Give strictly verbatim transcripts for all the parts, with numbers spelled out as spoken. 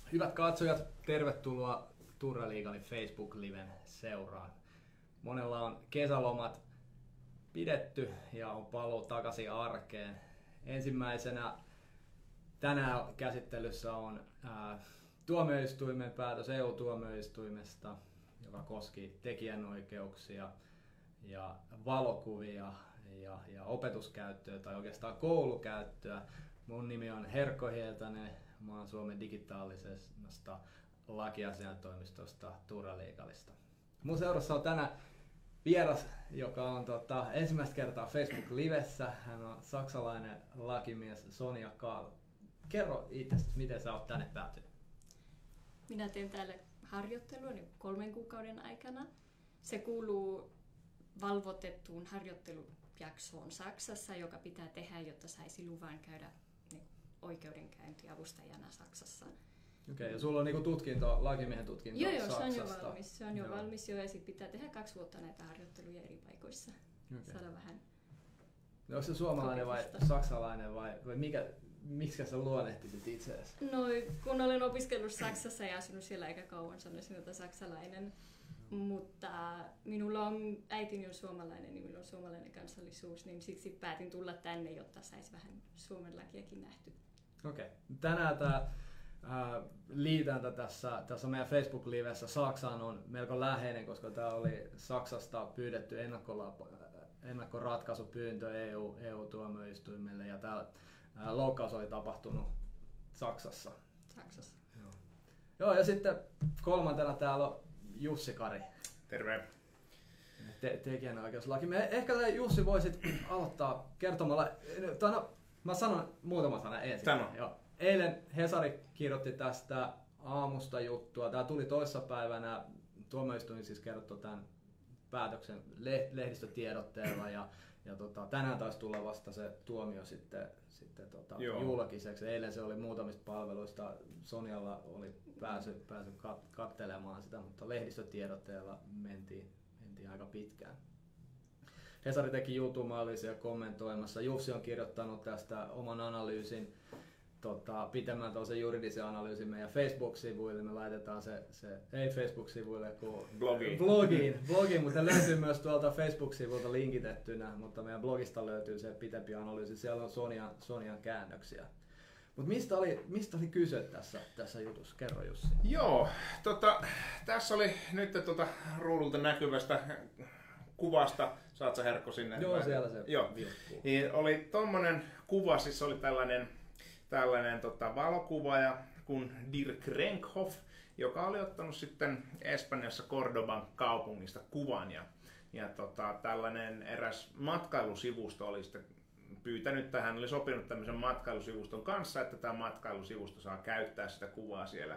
Hyvät katsojat, tervetuloa Turraliigalin Facebook-liven seuraan. Monella on kesälomat pidetty ja on paluu takaisin arkeen. Ensimmäisenä tänään käsittelyssä on ää, tuomioistuimen päätös E U-tuomioistuimesta, joka koski tekijänoikeuksia ja valokuvia ja, ja opetuskäyttöä tai oikeastaan koulukäyttöä. Mun nimi on Herkko Hietanen, mä oon Suomen digitaalisesta lakiasiantoimistosta Turraliigalista. Mun seurassa on tänään vieras, joka on tota, ensimmäistä kertaa Facebook-livessä. Hän on saksalainen lakimies Sonja Kahl. Kerro itsestä, miten sä oot tänne päätynyt? Minä teen täällä harjoittelua niin kolmen kuukauden aikana. Se kuuluu valvotettuun harjoittelujaksoon Saksassa, joka pitää tehdä, jotta saisi luvan käydä niin, oikeudenkäyntiavustajana Saksassa. Okei, okay, ja sulla on niinku tutkinto, lakimiehen tutkinto joo, joo, Saksasta. se on jo valmis. Se on jo joo. valmis jo, ja sitten pitää tehdä kaksi vuotta näitä harjoitteluja eri paikoissa. Okay. Saada vähän no, onko se suomalainen kokemusta vai saksalainen vai, vai mikä, miksi sä luonnehtisit itseäsi? No, kun olen opiskellut Saksassa ja asunut siellä aika kauan, sanoisin, että saksalainen. Mm. Mutta minulla on, äitini on suomalainen, niin minulla on suomalainen kansallisuus, niin siksi päätin tulla tänne, jotta saisi vähän Suomen lakiakin nähty. Okei. Okay. Tänään tämä Äh, liitäntä tässä, tässä meidän Facebook-livessä Saksaan on melko läheinen, koska tämä oli Saksasta pyydetty ennakkoratkaisupyyntö E U, E U-tuomioistuimelle ja tämä äh, loukkaus oli tapahtunut Saksassa. Saksassa. Joo. Joo, ja sitten kolmantena täällä on Jussi Kari. Terve. Te- tekijänoikeuslaki. Me ehkä sä, Jussi voisit aloittaa kertomalla, no, mä sanon muutaman sanan ensin. Sano. Joo. Eilen Hesari kirjoitti tästä aamusta juttua. Tämä tuli toissapäivänä. Tuomioistuin siis kertoi tämän päätöksen lehdistötiedotteella ja, ja tota, tänään taisi tulla vasta se tuomio sitten, sitten tota, julkiseksi. Eilen se oli muutamista palveluista. Sonjalla oli pääsy, pääsy kat, katselemaan sitä, mutta lehdistötiedotteella mentiin, mentiin aika pitkään. Hesari teki jutun, mä olin siellä kommentoimassa. Jussi on kirjoittanut tästä oman analyysin. Tota, pitemmän toisen juridisen analyysin meidän Facebook-sivuille. Me laitetaan se, se ei Facebook-sivuille, kuin blogiin. blogiin, blogiin, mutta löytyy myös tuolta Facebook-sivulta linkitettynä, mutta meidän blogista löytyy se pitempi analyysi. Siellä on Sonjan, Sonjan käännöksiä. Mutta mistä oli, mistä oli kyse tässä, tässä jutussa? Kerro Jussi. Joo, tota, tässä oli nyt tota, ruudulta näkyvästä kuvasta. Saat sä Herkko sinne? Joo, vai? Siellä se Joo. Niin, oli tommonen kuva, siis oli tällainen tällainen tota, valokuvaaja kuin Dirk Renkhoff, joka oli ottanut sitten Espanjassa Cordoban kaupungista kuvan. Ja, ja tota, tällainen eräs matkailusivusto oli sitten pyytänyt tähän, oli sopinut tämmöisen matkailusivuston kanssa, että tämä matkailusivusto saa käyttää sitä kuvaa siellä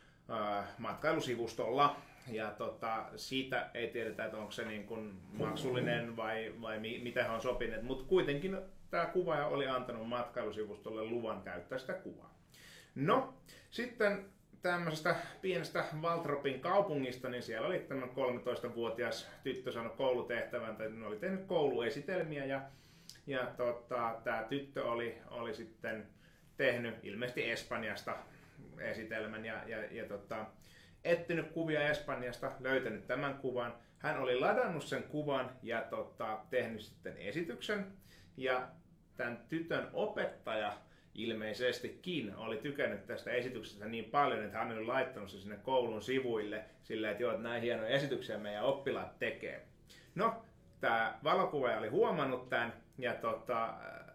ää, matkailusivustolla. Ja tota, siitä ei tiedetä, että onko se niin kuin maksullinen vai, vai mi, mitä he on sopineet, mutta kuitenkin tämä kuvaaja oli antanut matkailusivustolle luvan käyttää sitä kuvaa. No, sitten tämmöisestä pienestä Waltropin kaupungista, niin siellä oli tämmöinen kolmetoistavuotias tyttö saanut koulutehtävän, tai ne oli tehnyt kouluesitelmiä, ja, ja tota, tämä tyttö oli, oli sitten tehnyt ilmeisesti Espanjasta esitelmän, ja, ja, ja tota, etsinyt kuvia Espanjasta, löytänyt tämän kuvan. Hän oli ladannut sen kuvan ja tota, tehnyt sitten esityksen. Ja tämän tytön opettaja ilmeisestikin oli tykännyt tästä esityksestä niin paljon, että hän oli laittanut sen sinne koulun sivuille silleen, että joo, että näin hienoja esityksiä meidän oppilaat tekee. No, tämä valokuvaaja oli huomannut tämän ja tota,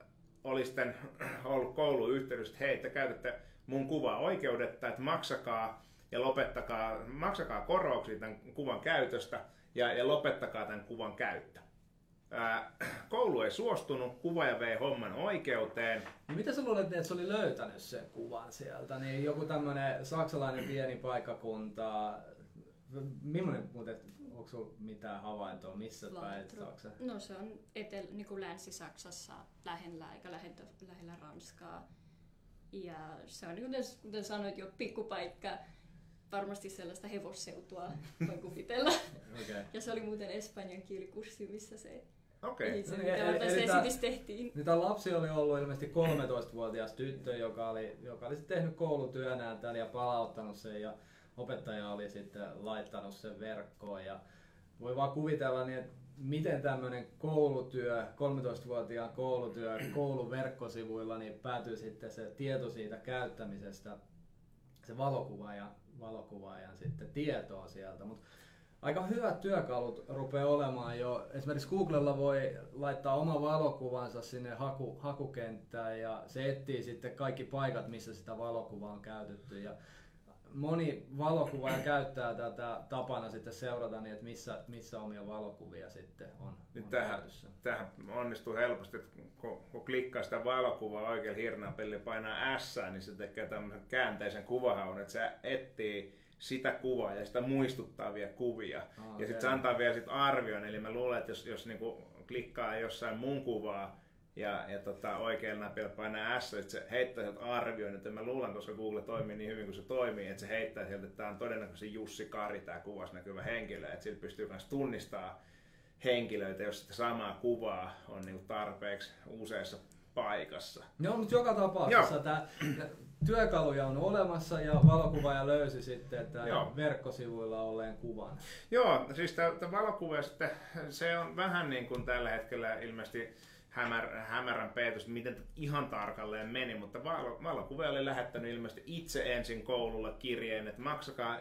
oli sitten ollut koulun yhteydessä, että hei, että käytätte mun kuvaa oikeudetta, että maksakaa ja lopettakaa, maksakaa korvauksia tämän kuvan käytöstä ja, ja lopettakaa tämän kuvan käyttö. Ää, koulu ei suostunut, kuvaaja vei homman oikeuteen. Niin mitä sä luulet, että se oli löytänyt sen kuvan sieltä? Niin joku tämmönen saksalainen pieni paikkakunta. Millainen muuten, onko sulla mitään havaintoa, missä päin Saksa? No se on etel, niin kuin Länsi-Saksassa lähellä, aika lähellä, lähellä Ranskaa. Ja se on, kuten sanoit, jo pikkupaikka. Varmasti sellaista hevosseutua, voin kuvitella. Okay. Ja se oli muuten espanjan kielikurssi, missä se Okei. Eli se, No, mitä eli- varten se eli tää- esitys tehtiin. Niin tämä lapsi oli ollut ilmeisesti kolmetoistavuotias tyttö, joka oli, joka oli sitten tehnyt koulutyönään tämän ja palauttanut sen ja opettaja oli sitten laittanut sen verkkoon. Ja voi vaan kuvitella niin, että miten tämmöinen koulutyö, kolmetoistavuotiaan koulutyö koulun verkkosivuilla niin päätyy sitten se tieto siitä käyttämisestä, se valokuvaajan, valokuvaajan sitten tietoa sieltä. Mut aika hyvät työkalut rupeaa olemaan jo. Esimerkiksi Googlella voi laittaa oma valokuvansa sinne haku, hakukenttään ja se etsii sitten kaikki paikat, missä sitä valokuvaa on käytetty. Ja moni valokuvaaja käyttää tätä tapana sitten seurata niin, että missä, missä omia valokuvia sitten on, Nyt on tähän, käytössä. tähän onnistuu helposti, että kun, kun klikkaa sitä valokuvaa oikein hirnaapelilla painaa S, niin se tekee tämmöisen käänteisen kuvahaun, että se etsii sitä kuvaa ja sitä muistuttavia kuvia. Ah, ja okei. sitten se antaa vielä sit arvion, eli mä luulen, että jos, jos niinku klikkaa jossain mun kuvaa ja, ja tota, oikealla napilla painaa S, että se heittää sieltä arvion, että mä luulen, koska Google toimii niin hyvin kuin se toimii, että se heittää sieltä, että tämä on todennäköisesti Jussi Kari, tämä kuvassa näkyvä henkilö, että sillä pystyy myös tunnistamaan henkilöitä, jos sitä samaa kuvaa on niinku tarpeeksi useassa paikassa. Joo, mutta joka tapauksessa tämä työkaluja on olemassa ja valokuvaaja löysi sitten tämän Joo. verkkosivuilla olleen kuvan. Joo, siis tämä valokuva sitten, se on vähän niin kuin tällä hetkellä ilmeisesti hämär, hämärän peetos, miten ihan tarkalleen meni, mutta valo, valokuvaaja oli lähettänyt ilmeisesti itse ensin koululle kirjeen, että maksakaa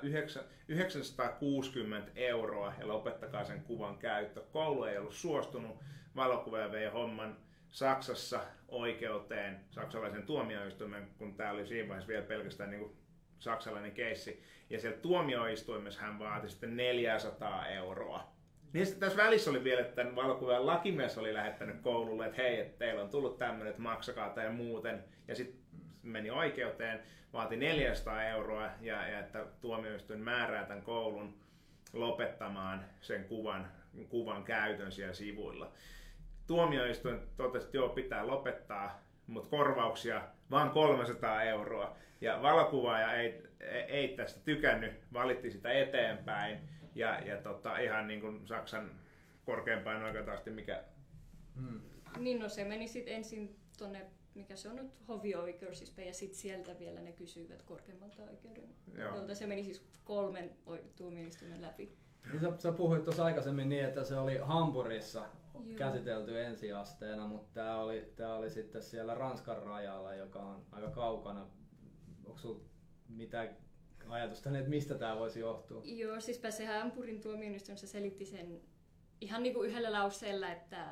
yhdeksänsataakuusikymmentä euroa ja lopettakaa sen kuvan käyttö. Koulu ei ollut suostunut, valokuvaaja vei homman Saksassa oikeuteen, saksalaisen tuomioistuimen, kun tämä oli siinä vaiheessa vielä pelkästään niin kuin saksalainen keissi. Ja siellä tuomioistuimessa hän vaati sitten neljäsataa euroa. Niin sitten tässä välissä oli vielä, että tämän valokuvaajan lakimies oli lähettänyt koululle, että hei, että teillä on tullut tämmöinen, että maksakaa tai muuten. Ja sitten meni oikeuteen, vaati neljäsataa euroa ja, ja että tuomioistuin määrää tämän koulun lopettamaan sen kuvan, kuvan käytön siellä sivuilla. Tuomioistuin totesi, että joo, pitää lopettaa, mutta korvauksia vaan kolmesataa euroa. Ja valokuvaaja ei, ei tästä tykännyt, valitti sitä eteenpäin. Ja, ja tota, ihan niin kuin Saksan korkeimpaan oikeuteen asti, mikä... Hmm. Niin no se meni sitten ensin tonne, mikä se on nyt, hovioikeus siis, ja sitten sieltä vielä ne kysyivät korkeimmalta oikeuden. Joo. Jolta se meni siis kolmen tuomioistuimen läpi. Niin sä, sä puhuit tuossa aikaisemmin niin, että se oli Hampurissa Joo. käsitelty ensiasteena, mutta tämä oli, tää oli sitten siellä Ranskan rajalla, joka on aika kaukana. Onko sulla mitään ajatusta, että mistä tämä voisi johtua? Joo, siis se Hampurin tuomioistuin se selitti sen ihan niin kuin yhdellä lauseella, että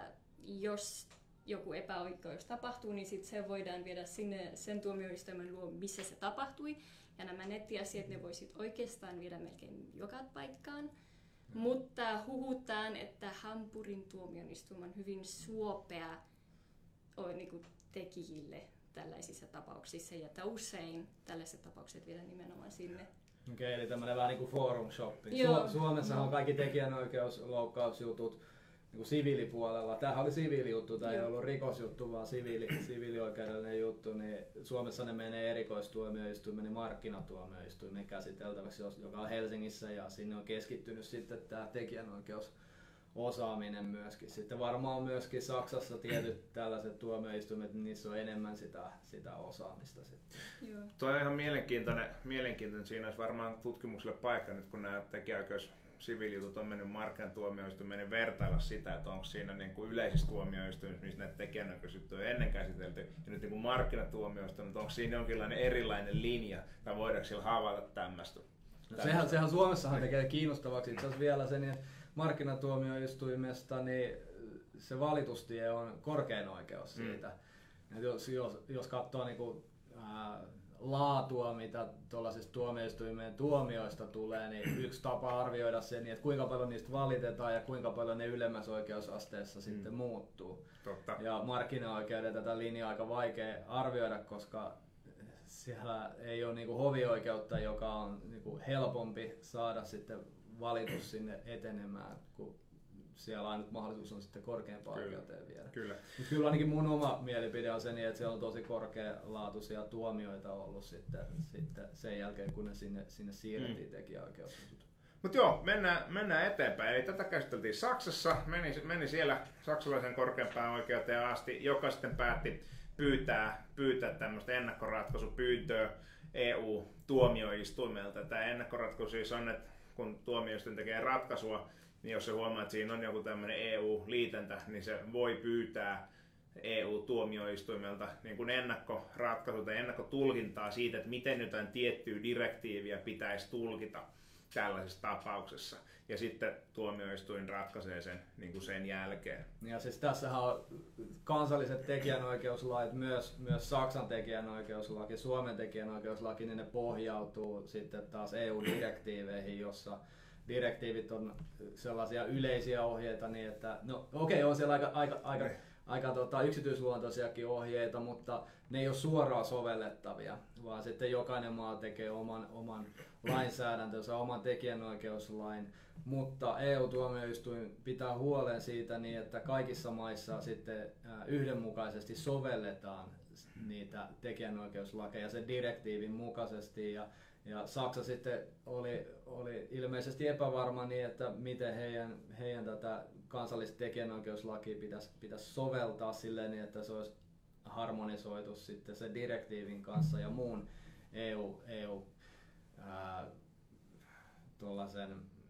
jos joku epäoikeus tapahtuu, niin sit se voidaan viedä sinne sen tuomioistuimen luo, missä se tapahtui. Ja nämä nettiasiat ne voisit oikeastaan viedä melkein joka paikkaan. Mm. Mutta huhutaan, että Hampurin tuomioistuin on hyvin suopea niin kuin tekijille tällaisissa tapauksissa, ja että usein tällaiset tapaukset viedään nimenomaan sinne. Okei, eli tämmöinen vähän niin kuin forum shopping. Joo. Suomessa on kaikki tekijänoikeusloukkausjutut niin kuin siviilipuolella. Tämähän oli siviilijuttu, tämä ei Joo. ollut rikosjuttu, vaan siviili, siviilioikeudellinen juttu. Niin Suomessa ne menee erikoistuomioistuimen ja markkinatuomioistuimen käsiteltäväksi, joka on Helsingissä, ja sinne on keskittynyt sitten tämä tekijänoikeus. Osaaminen myöskin. Sitten varmaan myöskin Saksassa tietyt tällaiset tuomioistuimet, niin niissä on enemmän sitä, sitä osaamista sitten. Joo. Tuo on ihan mielenkiintoinen, mielenkiintoinen. Siinä olisi varmaan tutkimukselle paikka nyt, kun nämä tekijäoikeus siviilijutut on mennyt markkinatuomioistuimeen, niin vertailla sitä, että onko siinä niin kuin yleisissä tuomioistuimissa, missä näitä tekijänoikeusjuttuja on ennen käsitelty, ja nyt niin kuin markkinatuomioistuin, että onko siinä jonkinlainen erilainen linja, tai voidaanko sillä havaita tämmöistä? No sehän, sehän Suomessahan tekee kiinnostavaksi itse asiassa vielä sen, että markkinatuomioistuimesta niin se valitustie on korkein oikeus siitä. Mm. Jos, jos, jos katsoo niin kuin, ää, laatua, mitä tuollaisista tuomioistuimien tuomioista tulee, niin yksi tapa arvioida sen, että kuinka paljon niistä valitetaan ja kuinka paljon ne ylemmässä oikeusasteessa mm. sitten muuttuu. Totta. Ja markkinaoikeuden tätä linjaa aika vaikea arvioida, koska siellä ei ole niin kuin hovioikeutta, joka on niin kuin helpompi saada sitten valitus sinne etenemään, kun siellä ainut mahdollisuus on sitten korkeampaan oikeuteen vielä. Kyllä. Mut kyllä ainakin mun oma mielipide on se, niin, että siellä on tosi korkealaatuisia tuomioita ollut sitten, sitten sen jälkeen, kun ne sinne, sinne siirrettiin mm. tekijäoikeusjutut. Mutta joo, mennään, mennään eteenpäin. Eli tätä käsiteltiin Saksassa, meni, meni siellä saksalaisen korkeimpaan oikeuteen asti, joka sitten päätti pyytää, pyytää tämmöistä ennakkoratkaisupyyntöä E U-tuomioistuimelta. Tämä ennakkoratkaisu siis on, että kun tuomioistuin tekee ratkaisua, niin jos se huomaa, että siinä on joku tämmöinen E U-liitäntä, niin se voi pyytää E U-tuomioistuimelta niin kuin ennakkoratkaisua tai ennakkotulkintaa siitä, että miten jotain tiettyä direktiiviä pitäisi tulkita tällaisessa tapauksessa. Ja sitten tuomioistuin ratkaisee sen niin kuin sen jälkeen. Ja siis tässähän on kansalliset tekijänoikeuslait, myös, myös Saksan tekijänoikeuslaki, Suomen tekijänoikeuslaki, niin ne pohjautuu sitten taas E U-direktiiveihin, jossa direktiivit on sellaisia yleisiä ohjeita, niin että no okei, okay, on siellä aika, aika, aika, aika tota, yksityisluontoisiakin ohjeita, mutta ne ei ole suoraan sovellettavia, vaan sitten jokainen maa tekee oman, oman lainsäädäntönsä, oman tekijänoikeuslain, mutta E U-tuomioistuin pitää huolen siitä niin, että kaikissa maissa sitten yhdenmukaisesti sovelletaan niitä tekijänoikeuslakeja sen direktiivin mukaisesti. Ja, ja Saksa sitten oli, oli ilmeisesti epävarma niin, että miten heidän, heidän tätä kansallista tekijänoikeuslakia pitäisi, pitäisi soveltaa silleen niin, että se olisi harmonisoitu sitten sen direktiivin kanssa ja muun E U, E U ää, tuollaisen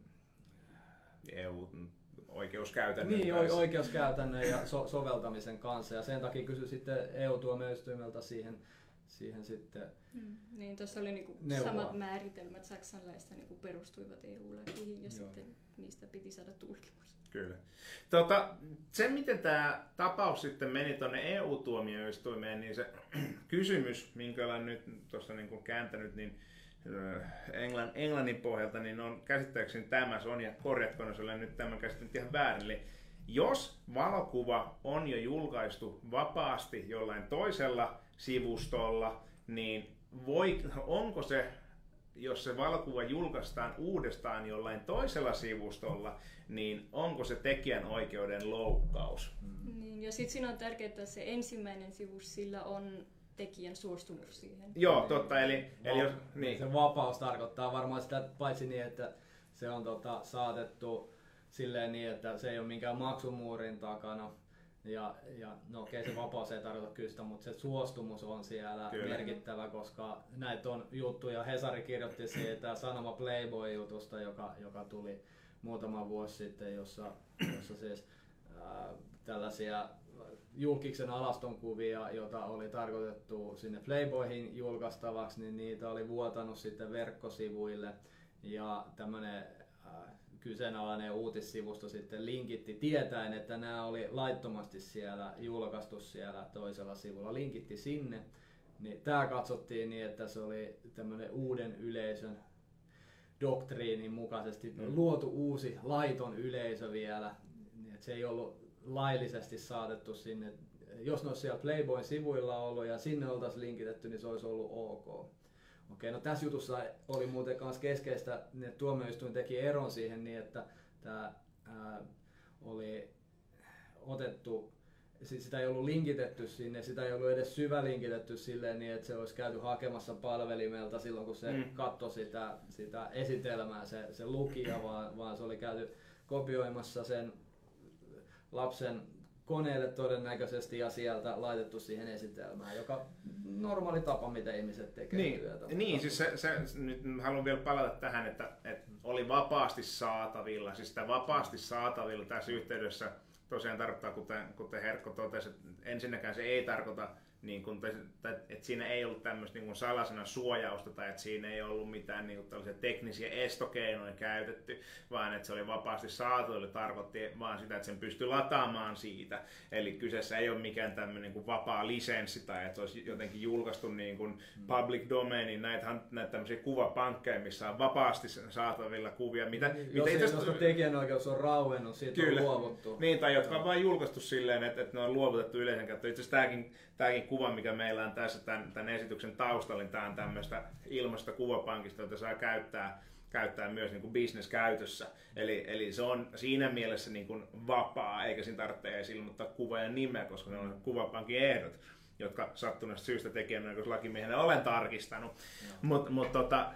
E U-oikeuskäytännön niin, kanssa. oikeuskäytännön ja so- soveltamisen kanssa, ja sen takia kysyin sitten E U-tuomioistuimelta siihen, siihen sitten mm, niin, tuossa oli niinku samat määritelmät saksanlaista niinku perustuivat E U-lakiin ja Joo. sitten niistä piti saada tulkimus. Kyllä. Tota, se, miten tämä tapaus sitten meni tuonne E U-tuomioistuimeen, niin se kysymys, minkä olen nyt tuossa niin kuin kääntänyt, niin Englann, Englannin pohjalta, niin on käsittääkseni tämä, Sonja, korjatko, jos olen nyt tämän käsittänyt ihan väärin. Eli jos valokuva on jo julkaistu vapaasti jollain toisella sivustolla, niin voi, onko se, jos se valokuva julkaistaan uudestaan jollain toisella sivustolla, niin onko se tekijänoikeuden loukkaus? Mm. Niin, ja sitten siinä on tärkeää, että se ensimmäinen sivus, sillä on tekijän suostumus siihen. Joo, totta. Eli, eli jos, niin. Se vapaus tarkoittaa varmaan sitä, paitsi niin, että se on tota, saatettu silleen niin, että se ei ole minkään maksumuurin takana. Ja, ja no okei, se vapaus ei tarkoita kyllä sitä, mutta se suostumus on siellä kyllä merkittävä, koska näitä on juttuja. Hesari kirjoitti siitä Sanoma Playboy-jutusta, joka, joka tuli muutama vuosi sitten, jossa, jossa siis ää, tällaisia julkiksen alastonkuvia, joita oli tarkoitettu sinne Playboyhin julkaistavaksi, niin niitä oli vuotanut sitten verkkosivuille, ja tämmöinen äh, kyseenalainen uutissivusto sitten linkitti tietäen, että nämä oli laittomasti siellä julkaistu siellä toisella sivulla, linkitti sinne, niin tämä katsottiin niin, että se oli tämmöinen uuden yleisön doktriinin mukaisesti mm. luotu uusi laiton yleisö vielä, niin että se ei ollut laillisesti saatettu sinne. Jos ne olisi siellä Playboyn sivuilla ollut ja sinne oltaisiin linkitetty, niin se olisi ollut ok. Okei, no tässä jutussa oli muuten myös keskeistä, että tuomioistuin teki eron siihen niin, että tämä ää, oli otettu, sitä ei ollut linkitetty sinne, sitä ei ollut edes syvälinkitetty silleen niin, että se olisi käyty hakemassa palvelimelta silloin, kun se mm. katsoi sitä, sitä esitelmää, se, se lukija, vaan, vaan se oli käyty kopioimassa sen lapsen koneelle todennäköisesti ja sieltä laitettu siihen esitelmään, joka normaali tapa, mitä ihmiset tekee niin, työtä. Niin, siis se, se, nyt haluan vielä palata tähän, että, että oli vapaasti saatavilla. Siis sitä vapaasti saatavilla tässä yhteydessä tosiaan tarkoittaa, kuten, kuten Herkko totesi, että ensinnäkään se ei tarkoita, niin kuin, että siinä ei ollut tämmöistä niin kuin salasana suojausta tai että siinä ei ollut mitään niin kuin tällaisia teknisiä estokeinoja käytetty, vaan että se oli vapaasti saatavilla, tarkoitti vaan sitä, että sen pystyi lataamaan siitä. Eli kyseessä ei ole mikään tämmöinen niin kuin vapaa lisenssi tai että olisi jotenkin julkaistu niin kuin public domainin, näitä, näitä tämmöisiä kuvapankkeja, missä on vapaasti saatavilla kuvia. Mitä, jos mitä ei, itse... jos tekijänoikeus on rauennut, siitä Kyllä. on luovuttu. Niin, tai jotka on vain julkaistu silleen, että, että ne on luovutettu yleisen käyttöön. Itse asiassa tämäkin, tämäkin kuva, mikä meillä on tässä tämän, tämän esityksen taustalla, niin tämä on tämmöistä ilmaista kuvapankista, jota saa käyttää, käyttää myös niin kuin business-käytössä. Eli, eli se on siinä mielessä niin kuin vapaa, eikä siinä tarvitse edes ilmoittaa kuvaajan nimeä, koska ne on kuvapankin ehdot, jotka sattuneesta syystä tekijänoikeuslakimiehenä olen tarkistanut. Mutta mut, tota,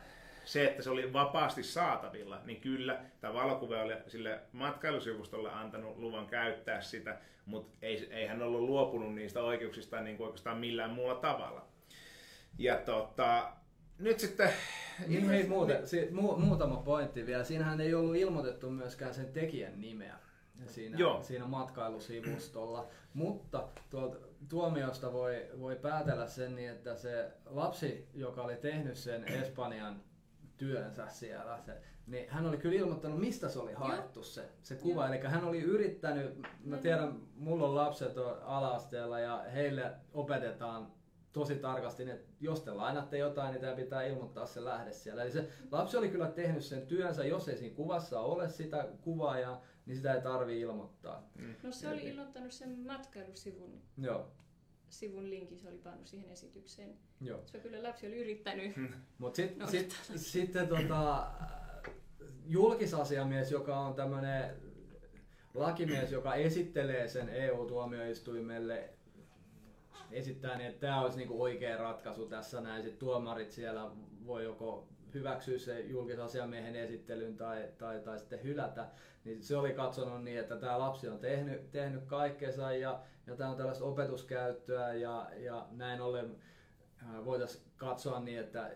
se, että se oli vapaasti saatavilla, niin kyllä tämä valokuva oli sille matkailusivustolle antanut luvan käyttää sitä, mutta ei, ei hän ollut luopunut niistä oikeuksista niin kuin oikeastaan millään muulla tavalla. Ja tota, nyt sitten... Niin, hei, muuten, si, mu, muutama pointti vielä. Siinähän ei ollut ilmoitettu myöskään sen tekijän nimeä siinä, siinä matkailusivustolla, mutta tuolta tuomiosta voi, voi päätellä sen niin, että se lapsi, joka oli tehnyt sen Espanjan työnsä siellä, se, niin hän oli kyllä ilmoittanut, mistä se oli haettu se, se kuva. Eli hän oli yrittänyt, mä tiedän, mulla on lapset on ala-asteella ja heille opetetaan tosi tarkasti, että jos te lainatte jotain, niin tämä pitää ilmoittaa se lähde siellä. Eli se lapsi oli kyllä tehnyt sen työnsä, jos ei siinä kuvassa ole sitä kuvaajaa, niin sitä ei tarvitse ilmoittaa. No se oli ilmoittanut sen matkailusivun. Joo. Sivun linkin se oli pannut siihen esitykseen. Joo. Se kyllä lapsi oli yrittänyt. Mutta sitten sit, sitten tota, julkisasiamies, joka on tämmöinen lakimies, joka esittelee sen E U-tuomioistuimelle, esittää niin, että tämä olisi niinku oikea ratkaisu tässä näin. Sitten tuomarit siellä voi joko hyväksyä se julkisasiamiehen esittelyn tai, tai, tai sitten hylätä. Niin se oli katsonut niin, että tämä lapsi on tehnyt, tehnyt kaikkensa ja, ja tämä on tällaista opetuskäyttöä ja, ja näin ollen voitaisiin katsoa niin, että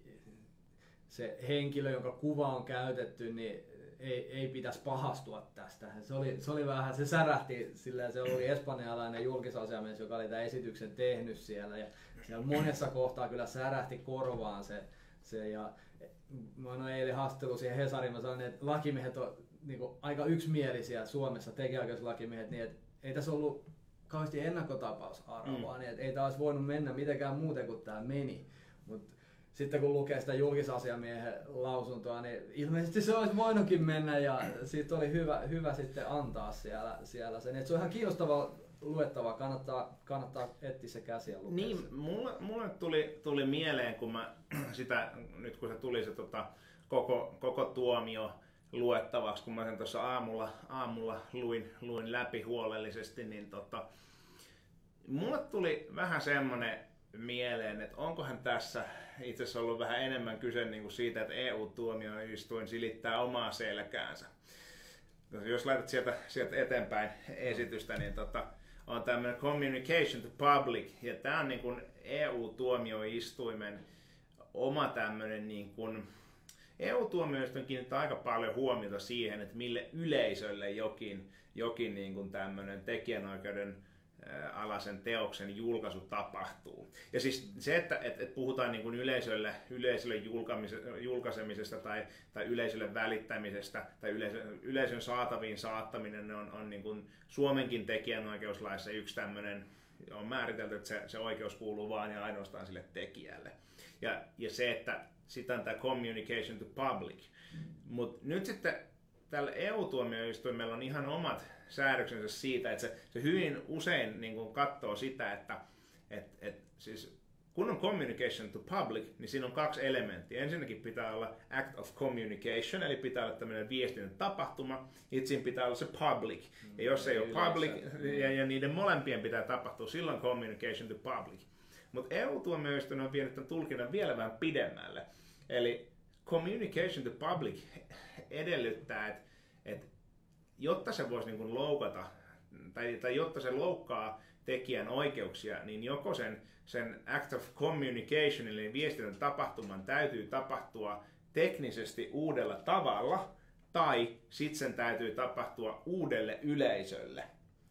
se henkilö, jonka kuva on käytetty, niin ei, ei pitäisi pahastua tästä. Se oli, se oli vähän, se särähti sillä, se oli espanjalainen julkisasiamies, joka oli tämän esityksen tehnyt siellä ja siellä monessa kohtaa kyllä särähti korvaan se, se ja mä annoin eilen haastattelu siihen Hesariin, mä sanoin, että lakimiehet on niin kuin aika yksimielisiä Suomessa, tekijäoikeuslakimiehet, niin että ei tässä ollut kauheasti ennakkotapausarvoa, mm. niin että ei tämä olisi voinut mennä mitenkään muuten kuin tämä meni. Mut sitten kun lukee sitä julkisasiamiehen lausuntoa, niin ilmeisesti se olisi voinutkin mennä ja siitä oli hyvä, hyvä sitten antaa siellä, siellä sen. Et se on ihan kiinnostavaa luettavaa, kannattaa, kannattaa etsiä se käsiä lukea. Niin, mulle, mulle tuli, tuli mieleen, kun mä sitä, nyt kun se tuli se tota, koko, koko tuomio luettavaksi, kun mä sen tuossa aamulla, aamulla luin, luin läpi huolellisesti, niin tota, mulle tuli vähän semmoinen mieleen, että onkohan tässä itse asiassa ollut vähän enemmän kyse niin kuin siitä, että E U-tuomioistuin silittää omaa selkäänsä. Jos laitat sieltä, sieltä eteenpäin esitystä, niin tota, on tämmöinen communication to public, ja tämä on niin kuin E U-tuomioistuimen oma tämmöinen, niin kuin, E U-tuomioistuin kiinnittää aika paljon huomiota siihen, että mille yleisölle jokin, jokin niin kuin tämmöinen tekijänoikeuden alaisen teoksen julkaisu tapahtuu. Ja siis se, että et, et puhutaan niin kuin yleisölle, yleisölle julkaisemisesta tai, tai yleisölle välittämisestä tai yleisön, yleisön saataviin saattaminen on, on niin kuin Suomenkin tekijänoikeuslaissa yksi tämmöinen, on määritelty, että se, se oikeus kuuluu vain ja ainoastaan sille tekijälle. Ja, ja se, että sitä on tämä communication to public. Mutta nyt sitten tällä E U-tuomioistuimella on ihan omat säädöksensä siitä, että se, se hyvin usein niin kuin katsoo sitä, että et, et, siis kun on communication to public, niin siinä on kaksi elementtiä. Ensinnäkin pitää olla act of communication, eli pitää olla tämmöinen viestinnän tapahtuma, ja siinä pitää olla se public. Ja jos ei ole public, ja, ja niiden molempien pitää tapahtua, silloin communication to public. Mutta E U-tuomioistuin on vienyt tämän tulkinnan vielä vähän pidemmälle. Eli communication to public edellyttää, että et, jotta se voisi niin kuin loukata, tai, tai jotta se loukkaa tekijän oikeuksia, niin joko sen, sen act of communication, eli viestinnän tapahtuman, täytyy tapahtua teknisesti uudella tavalla, tai sitten sen täytyy tapahtua uudelle yleisölle.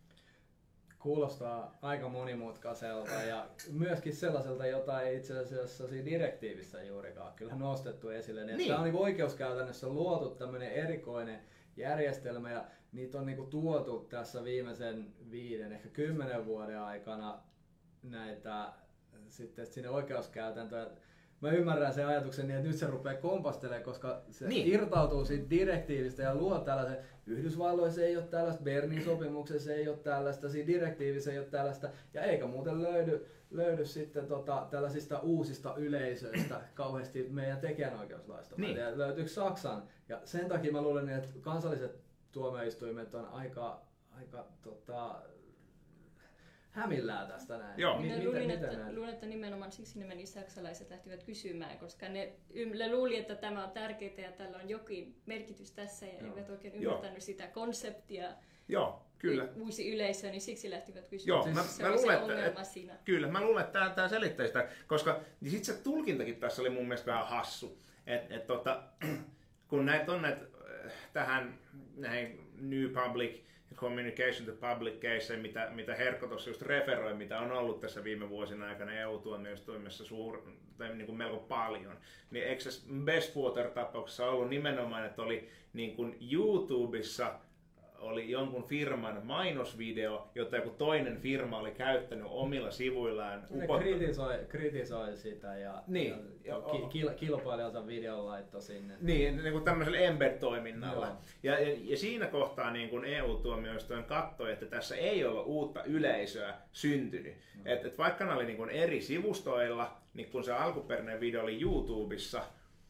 Kuulostaa aika monimutkaiselta ja myöskin sellaiselta, jota ei itse asiassa siinä direktiivissä juurikaan kyllä nostettu esille. Niin. Tämä on niin oikeuskäytännössä luotu tämmöinen erikoinen järjestelmä ja niitä on niinku tuotu tässä viimeisen viiden, ehkä kymmenen vuoden aikana näitä sitten sinne oikeuskäytäntöön. Mä ymmärrän sen ajatuksen niin, että nyt se rupeaa kompastelemaan, koska se niin irtautuu siitä direktiivistä ja luo tällaisen. Yhdysvalloissa ei ole tällaista, Bernin sopimuksessa ei ole tällaista, siinä direktiivissä ei ole tällaista, ja eikä muuten löydy, löydy sitten tota, tällaisista uusista yleisöistä kauheasti meidän tekijänoikeuslaista. Niin. Löytyykö Saksan? Ja sen takia mä luulen, että kansalliset tuomioistuimet on aika, aika tota, hämillään tästä näin. Joo. Minä Mi- luulin, miten, että, miten luulin, että nimenomaan siksi ne meni saksalaiset lähtivät kysymään, koska ne, ne luuli, että tämä on tärkeää ja tällä on jokin merkitys tässä ja Joo. eivät oikein Joo. ymmärtänyt sitä konseptia. Joo, kyllä. Uusi yleisö, niin siksi lähtivät kysymään. Joo, mä, se mä oli luulen, se että, ongelma että, siinä. kyllä, mä luulen, että tämä, tämä selittää sitä, koska niin sit se tulkintakin tässä oli mun mielestä vähän hassu. Et, et, tota, kun näitä on näitä tähän näihin New Public Communication to Public Case, mitä, mitä Herkko tuossa just referoi, mitä on ollut tässä viime vuosina aikana E U-tuomioistuimessa suur, tai niin kuin melko paljon, niin eikö se Bestwater-tapauksessa ollut nimenomaan, että oli niin kuin YouTubessa oli jonkun firman mainosvideo, jota joku toinen firma oli käyttänyt omilla sivuillaan. Ne Upot... kritisoi, kritisoi sitä ja, niin. ja ki, kil, kilpailijansa videon laittoi sinne. Niin, niin kuin tämmöisellä embed-toiminnalla. Joo. Ja, ja, ja siinä kohtaa niin kuin E U-tuomioistuin katsoi, että tässä ei ole uutta yleisöä syntynyt. No. Et, et vaikka ne oli niin kuin eri sivustoilla, niin kun se alkuperäinen video oli YouTubessa,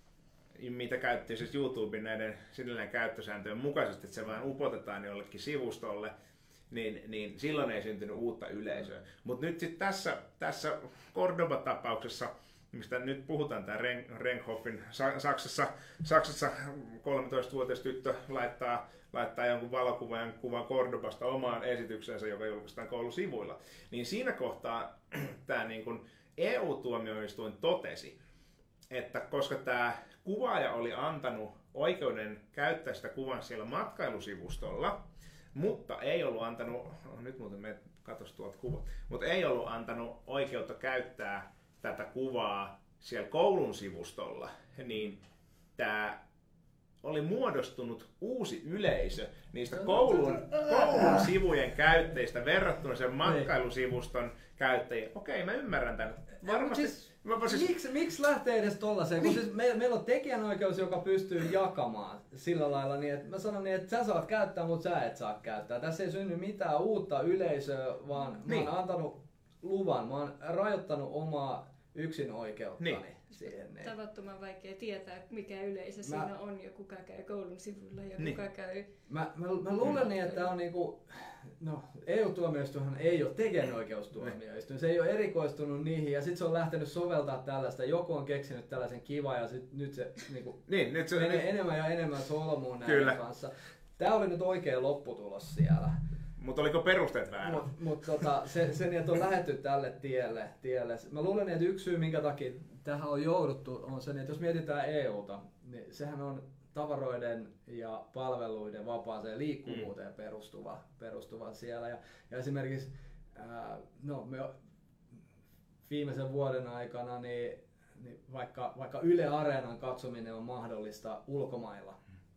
mitä käytti siis YouTuben näiden sinilleen käyttösääntöjen mukaisesti, että se vain upotetaan jollekin sivustolle, niin, niin silloin ei syntynyt uutta yleisöä. Mutta nyt sitten tässä, tässä Cordoba-tapauksessa, mistä nyt puhutaan, tämä Renkhoffin Saksassa, Saksassa kolmetoistavuotias tyttö laittaa, laittaa jonkun valokuvan kuvan Cordobasta omaan esityksensä, joka julkaistaan koulusivuilla, niin siinä kohtaa tämä niin kuin E U-tuomioistuin totesi, että koska tämä kuvaaja oli antanut oikeuden käyttää sitä kuvan siellä matkailusivustolla, mutta ei ollut antanut, oh, nyt muuten me katos tuolta kuvat, mutta ei ollut antanut oikeutta käyttää tätä kuvaa siellä koulun sivustolla, niin tämä oli muodostunut uusi yleisö niistä koulun, koulun sivujen käyttäjistä verrattuna sen matkailusivuston käyttäjiin. Okei, mä ymmärrän tämän. Varmasti. Siis, siis... Miksi miks lähtee edes tollaiseen? Niin. Kun siis me, meillä on tekijänoikeus, joka pystyy jakamaan sillä lailla niin, että mä sanon niin, että sä saat käyttää, mutta sä et saa käyttää. Tässä ei synny mitään uutta yleisöä, vaan niin. Mä oon antanut luvan, mä oon rajoittanut omaa yksinoikeuttani. Niin. Siihen, niin. Tavattoman vaikea tietää, mikä yleisö mä... siinä on ja kuka käy koulun sivuilla ja niin. kuka käy... Mä, mä, mä luulen mm. niin, että tää on niinku... No, E U-tuomioistuinhan ei ole tekijänoikeustuomioistuin. Se ei ole erikoistunut niihin ja sitten se on lähtenyt soveltaa tällaista. Joku on keksinyt tällaisen kiva ja sit, nyt se niinku niin, nyt se menee nyt... enemmän ja enemmän solmuun näiden kanssa. Tää oli nyt oikea lopputulos siellä. Mutta oliko perusteet väärä? Mutta mut, tota, se, se niin, että on lähdetty tälle tielle, tielle. Mä luulen, että yksi syy, minkä takia tähän on jouduttu, on se, että jos mietitään E U:ta, niin sehän on tavaroiden ja palveluiden vapaaseen liikkuvuuteen mm. perustuva, perustuva siellä. Ja, ja esimerkiksi ää, no, me viimeisen vuoden aikana, niin, niin vaikka, vaikka Yle Areenan katsominen on mahdollista ulkomailla,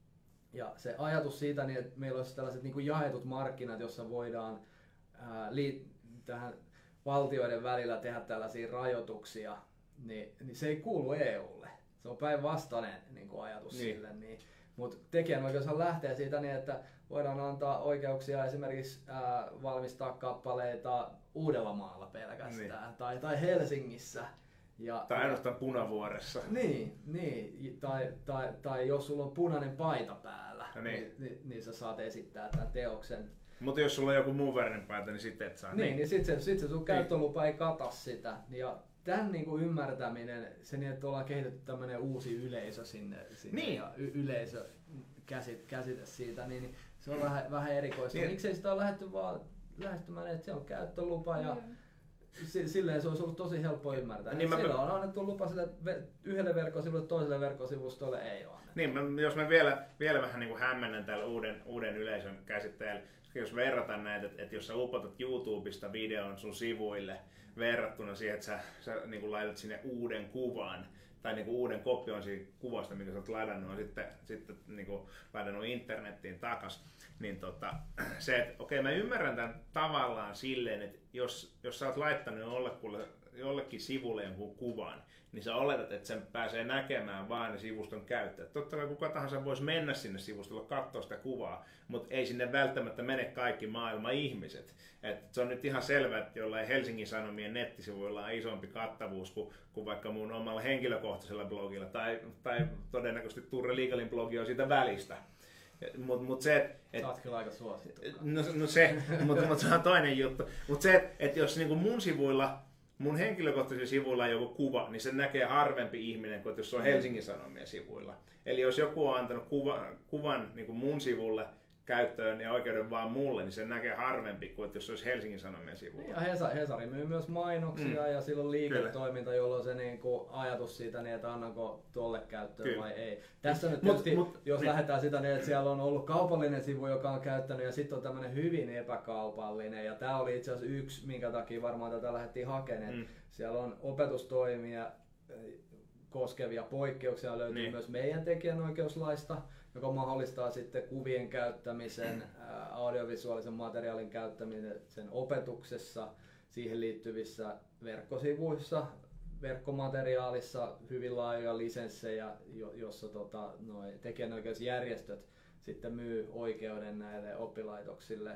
ja se ajatus siitä, niin että meillä olisi tällaiset niin kuin jaetut markkinat, jossa voidaan ää, liit- tähän valtioiden välillä tehdä tällaisia rajoituksia, niin, niin se ei kuulu E U:lle. Se on päinvastainen niin kuin ajatus niin. sille. Niin. Mutta tekijänoikeushan lähtee siitä niin, että voidaan antaa oikeuksia esimerkiksi ää, valmistaa kappaleita Uudellamaalla pelkästään niin. tai, tai Helsingissä. Ja, tai ainoastaan Punavuoressa. Niin, niin. Tai, tai, tai jos sulla on punainen paita päällä, niin. Niin, niin, niin sä saat esittää tämän teoksen. Mutta jos sulla on joku muun värinen paita, niin sitten et saa. Niin, niin, niin sitten se, sit se sun niin. käyttölupa ei kata sitä. Ja tämän niin kuin ymmärtäminen, se niin, että ollaan kehitetty tämmöinen uusi yleisö sinne, sinne niin. ja y- yleisö käsit, käsite siitä, niin, niin se on vähän, vähän erikoista. Niin. Miksei sitä ole lähdetty vaan lähestymään, että se on käyttölupa ja mm. silleen se olisi ollut tosi helppo ymmärtää. Niin sillä mä... on annettu lupa sille yhdelle verkkosivulle, toiselle verkkosivustolle ei ole. Niin, mä, jos mä vielä, vielä vähän niin kuin hämmennän tällä uuden, uuden yleisön käsitteellä, jos verrataan näitä, että, että jos sä upotat YouTubesta videon sun sivuille verrattuna siihen, että sä, sä niin kuin laitat sinne uuden kuvan, tai niin kuin uuden kopion siitä kuvasta, minkä sä oot ladannut, sitten, sitten niin kuin ladannut internettiin takas, niin tota, se, että okei, mä ymmärrän tämän tavallaan silleen, että jos, jos sä oot laittanut jollekin, jollekin sivulle jonkun kuvan, niin sä oletat, että sen pääsee näkemään vaan ne sivuston käyttäjät. Totta kai kuka tahansa voisi mennä sinne sivustolle katsoa sitä kuvaa, mutta ei sinne välttämättä mene kaikki maailman ihmiset. Et se on nyt ihan selvää, että jollain Helsingin Sanomien nettisivuilla on isompi kattavuus kuin, kuin vaikka mun omalla henkilökohtaisella blogilla, tai, tai todennäköisesti Turre Legalin blogi on siitä välistä. Mutta mut se, että... Et, sä oot kyllä aika suosittu. No, no se, mutta mut se on toinen juttu. Mutta se, että et jos niinku mun sivuilla, mun henkilökohtaisilla sivuilla on joku kuva, niin se näkee harvempi ihminen kuin jos se on Helsingin Sanomien sivuilla. Eli jos joku on antanut kuva, kuvan niinku mun sivulle, käyttöön ja oikeuden vaan mulle, niin se näkee harvempi kuin että jos se olisi Helsingin Sanomien sivulla. Ja Hesari, Hesari myy myös mainoksia mm. ja silloin liiketoiminta, jolloin se niinku ajatus siitä, niin että annanko tuolle käyttöön Kyllä. vai ei. Tässä nyt tietysti, mut, mut, jos niin. lähdetään sitä niin, että siellä on ollut kaupallinen sivu, joka on käyttänyt ja sitten on tämmöinen hyvin epäkaupallinen ja tämä oli itse asiassa yksi, minkä takia varmaan tätä lähdettiin hakemaan. Mm. Siellä on opetustoimia koskevia poikkeuksia löytyy niin. myös meidän tekijänoikeuslaista, joka mahdollistaa sitten kuvien käyttämisen, ää, audiovisuaalisen materiaalin käyttämisen opetuksessa, siihen liittyvissä verkkosivuissa, verkkomateriaalissa, hyvin laajoja lisenssejä, jossa tota, noi tekijänoikeusjärjestöt sitten myy oikeuden näille oppilaitoksille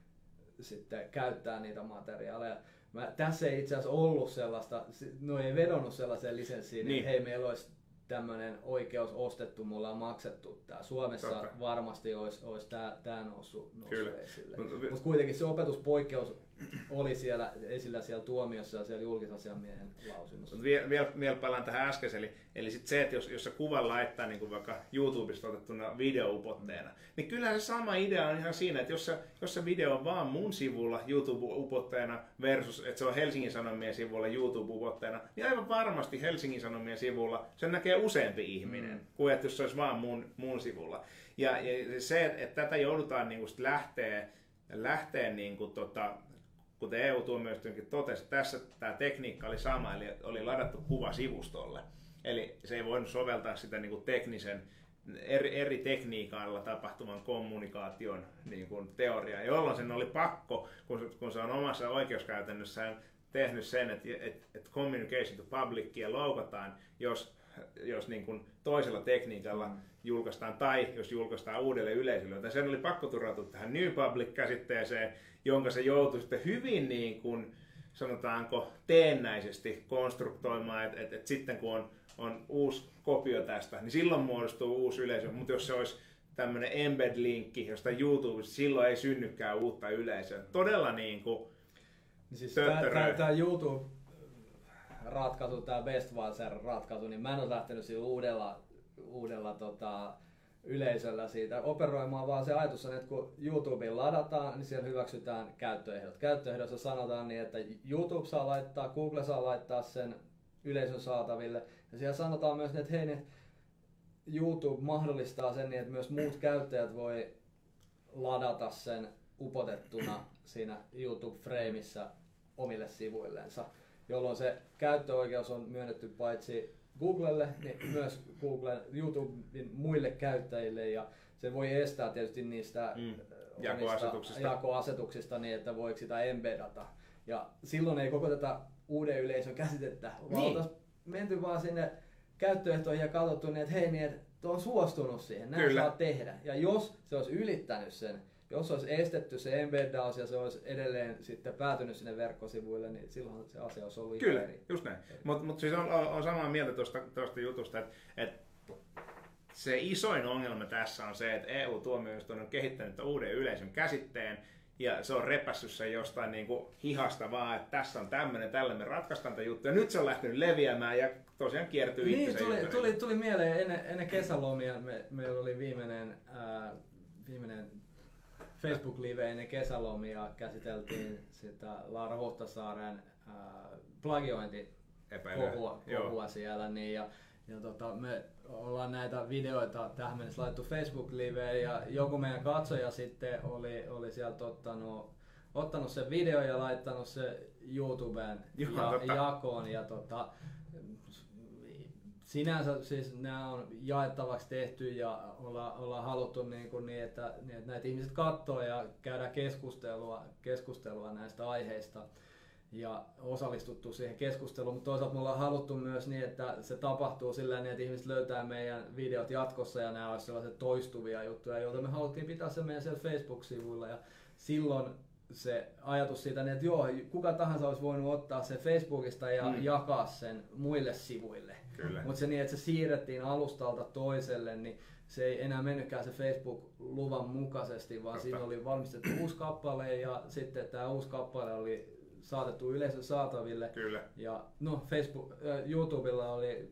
sitten käyttää niitä materiaaleja. Mä, tässä ei itse asiassa ollut sellaista, no ei vedonnut sellaiseen lisenssiin, niin. että hei, meillä olisi tämmöinen oikeus ostettu, mulla on maksettu tää. Suomessa Totta. varmasti olisi, olisi tää, tää noussut, noussut esille. Mutta kuitenkin se opetuspoikkeus oli siellä esillä siellä tuomiossa ja siellä julkisasiamiehen lausunnossa. Vielä, vielä, vielä palaan tähän äsken, eli, eli sit se, että jos, jos se kuvan laittaa niin kuin vaikka YouTubesta otettuna videoupotteena, niin kyllähän se sama idea on ihan siinä, että jos se, jos se video on vaan mun sivulla YouTube-upotteena versus, että se on Helsingin Sanomien sivulla YouTube-upotteena, niin aivan varmasti Helsingin Sanomien sivulla sen näkee useampi ihminen, mm. kuin että jos se olisi vaan mun, mun sivulla. Ja, ja se, että, että tätä joudutaan niin kuin lähteä, lähteä niin kuin tota, kuten E U-tuomioistuinkin totesi, tässä tämä tekniikka oli sama, eli oli ladattu kuva sivustolle. Eli se ei voinut soveltaa sitä niin kuin teknisen, eri, eri tekniikalla tapahtuvan kommunikaation niin kuin teoriaa, jolloin sen oli pakko, kun, kun se on omassa oikeuskäytännössään tehnyt sen, että, että, että communication to publicia loukataan, jos, jos niin kuin toisella tekniikalla julkaistaan tai jos julkaistaan uudelle yleisölle. Joten sen oli pakko turvautua tähän New Public-käsitteeseen, jonka se joutui sitten hyvin niin kuin, sanotaanko, teennäisesti konstruktoimaan, että et, et sitten kun on, on uusi kopio tästä, niin silloin muodostuu uusi yleisö, mutta jos se olisi tämmöinen embed-linkki jostain YouTubesta, silloin ei synnykään uutta yleisöä. Todella niin kuin siis tämä YouTube-ratkaisu, tämä Bestwatcher-ratkaisu, niin mä en ole lähtenyt sillä uudella, uudella tota, yleisöllä siitä operoimaan, vaan se ajatus on, että kun YouTubeen ladataan, niin siellä hyväksytään käyttöehdot. Käyttöehdossa sanotaan niin, että YouTube saa laittaa, Google saa laittaa sen yleisön saataville. Ja siellä sanotaan myös, että hei, niin YouTube mahdollistaa sen niin, että myös muut käyttäjät voi ladata sen upotettuna siinä YouTube-freimissä omille sivuillensa, jolloin se käyttöoikeus on myönnetty paitsi Googlelle, niin myös Googlen, YouTuben muille käyttäjille, ja se voi estää tietysti niistä mm. jakoasetuksista. jakoasetuksista niin, että voiko sitä embedata. Ja silloin ei koko tätä uuden yleisön käsitettä, vaan niin. oltaisiin menty vaan sinne käyttöehtoihin ja katsottu, niin, että hei, niin, että on suostunut siihen, näin saa tehdä. Ja jos se olisi ylittänyt sen, jos olisi estetty se embeddaus ja se olisi edelleen sitten päätynyt sinne verkkosivuille, niin silloin se asia olisi ollut Kyllä, eri. just näin. Mutta mut siis on, on samaa mieltä tuosta jutusta, että et se isoin ongelma tässä on se, että E U-tuomioistuin on kehittänyt uuden yleisön käsitteen, ja se on repässyt sen jostain niinku hihasta vaan, että tässä on tämmöinen, tällä me ratkaistaan tätä juttua. Ja nyt se on lähtenyt leviämään ja tosiaan kiertyy niin, itse. Tuli, tuli, tuli mieleen ennen, ennen kesälomia, me, meillä oli viimeinen, ää, viimeinen Facebook-live ennen kesälomia, käsiteltiin sitä Laara Huhtasaaren ää, plagiointikohua kohua siellä. Niin, ja, ja tota, me ollaan näitä videoita tähän mennessä laitettu Facebook-liveen ja joku meidän katsoja sitten oli, oli sieltä ottanut, ottanut sen video ja laittanut se YouTubeen ja, jakoon. Ja tota, sinänsä siis nämä on jaettavaksi tehty ja olla, ollaan haluttu niin, kuin niin, että, niin, että näitä ihmiset katsoo ja käydään keskustelua, keskustelua näistä aiheista ja osallistuttu siihen keskusteluun, mutta toisaalta me ollaan haluttu myös niin, että se tapahtuu sillä niin, että ihmiset löytää meidän videot jatkossa ja nämä olisivat sellaiset toistuvia juttuja, joita me haluttiin pitää se meidän siellä Facebook-sivuilla ja silloin se ajatus siitä, että joo, kuka tahansa olisi voinut ottaa sen Facebookista ja mm. jakaa sen muille sivuille. mutta se niin, että se siirrettiin alustalta toiselle, niin se ei enää mennytkään se Facebook-luvan mukaisesti, vaan Totta. Siinä oli valmistettu uusi kappale ja sitten tämä uusi kappale oli saatettu yleisön saataville. Kyllä. Ja no Facebook, äh, YouTubella oli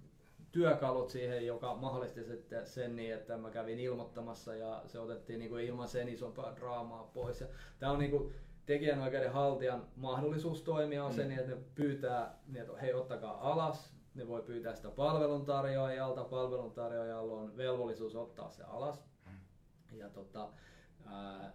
työkalut siihen, joka mahdollisti sitten sen niin, että mä kävin ilmoittamassa ja se otettiin niin kuin ilman sen isompaa draamaa pois. Ja tää on niin kuin tekijänoikeuden haltijan mahdollisuus toimia on mm. se, niin, että ne pyytää, niin että hei ottakaa alas, ne voi pyytää sitä palveluntarjoajalta, palveluntarjoajalla on velvollisuus ottaa se alas. Mm. Ja tota, ää,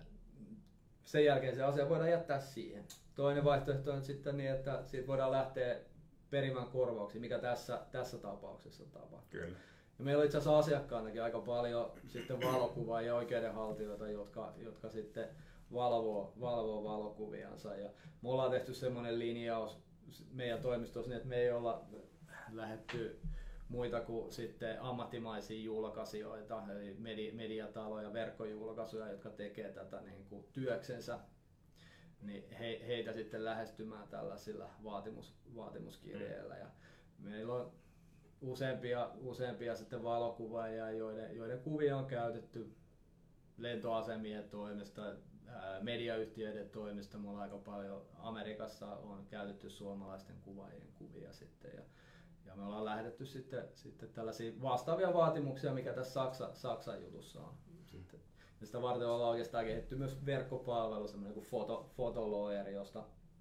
sen jälkeen se asia voidaan jättää siihen. Toinen vaihtoehto on sitten niin, että siitä voidaan lähteä perimään korvauksia, mikä tässä, tässä tapauksessa tapahtuu. Kyllä. Ja meillä on itse asiassa asiakkaanakin aika paljon sitten valokuvaa ja oikeudenhaltijoita, jotka, jotka sitten valvoo, valvoo valokuviansa. Ja me ollaan tehty semmoinen linjaus meidän toimistossa, niin että me ei olla lähdetty muita kuin sitten ammattimaisia julkaisijoita, eli medi- mediataloja, verkkojulkaisuja, jotka tekee tätä niin kuin työksensä, niin he, heitä sitten lähestymään tällaisilla vaatimus, vaatimuskirjeillä. Ja meillä on useampia, useampia sitten valokuvaajia, joiden, joiden kuvia on käytetty lentoasemien toimesta, ää, mediayhtiöiden toimesta. Me ollaan aika paljon Amerikassa on käytetty suomalaisten kuvaajien kuvia sitten. Ja, ja me ollaan lähetetty sitten, sitten tällaisia vastaavia vaatimuksia, mikä tässä Saksa, Saksan jutussa on. Sitten. Ja sitä varten ollaan oikeastaan kehitetty myös verkkopalvelu, semmoinen kuin Photo, Photolawyer, josta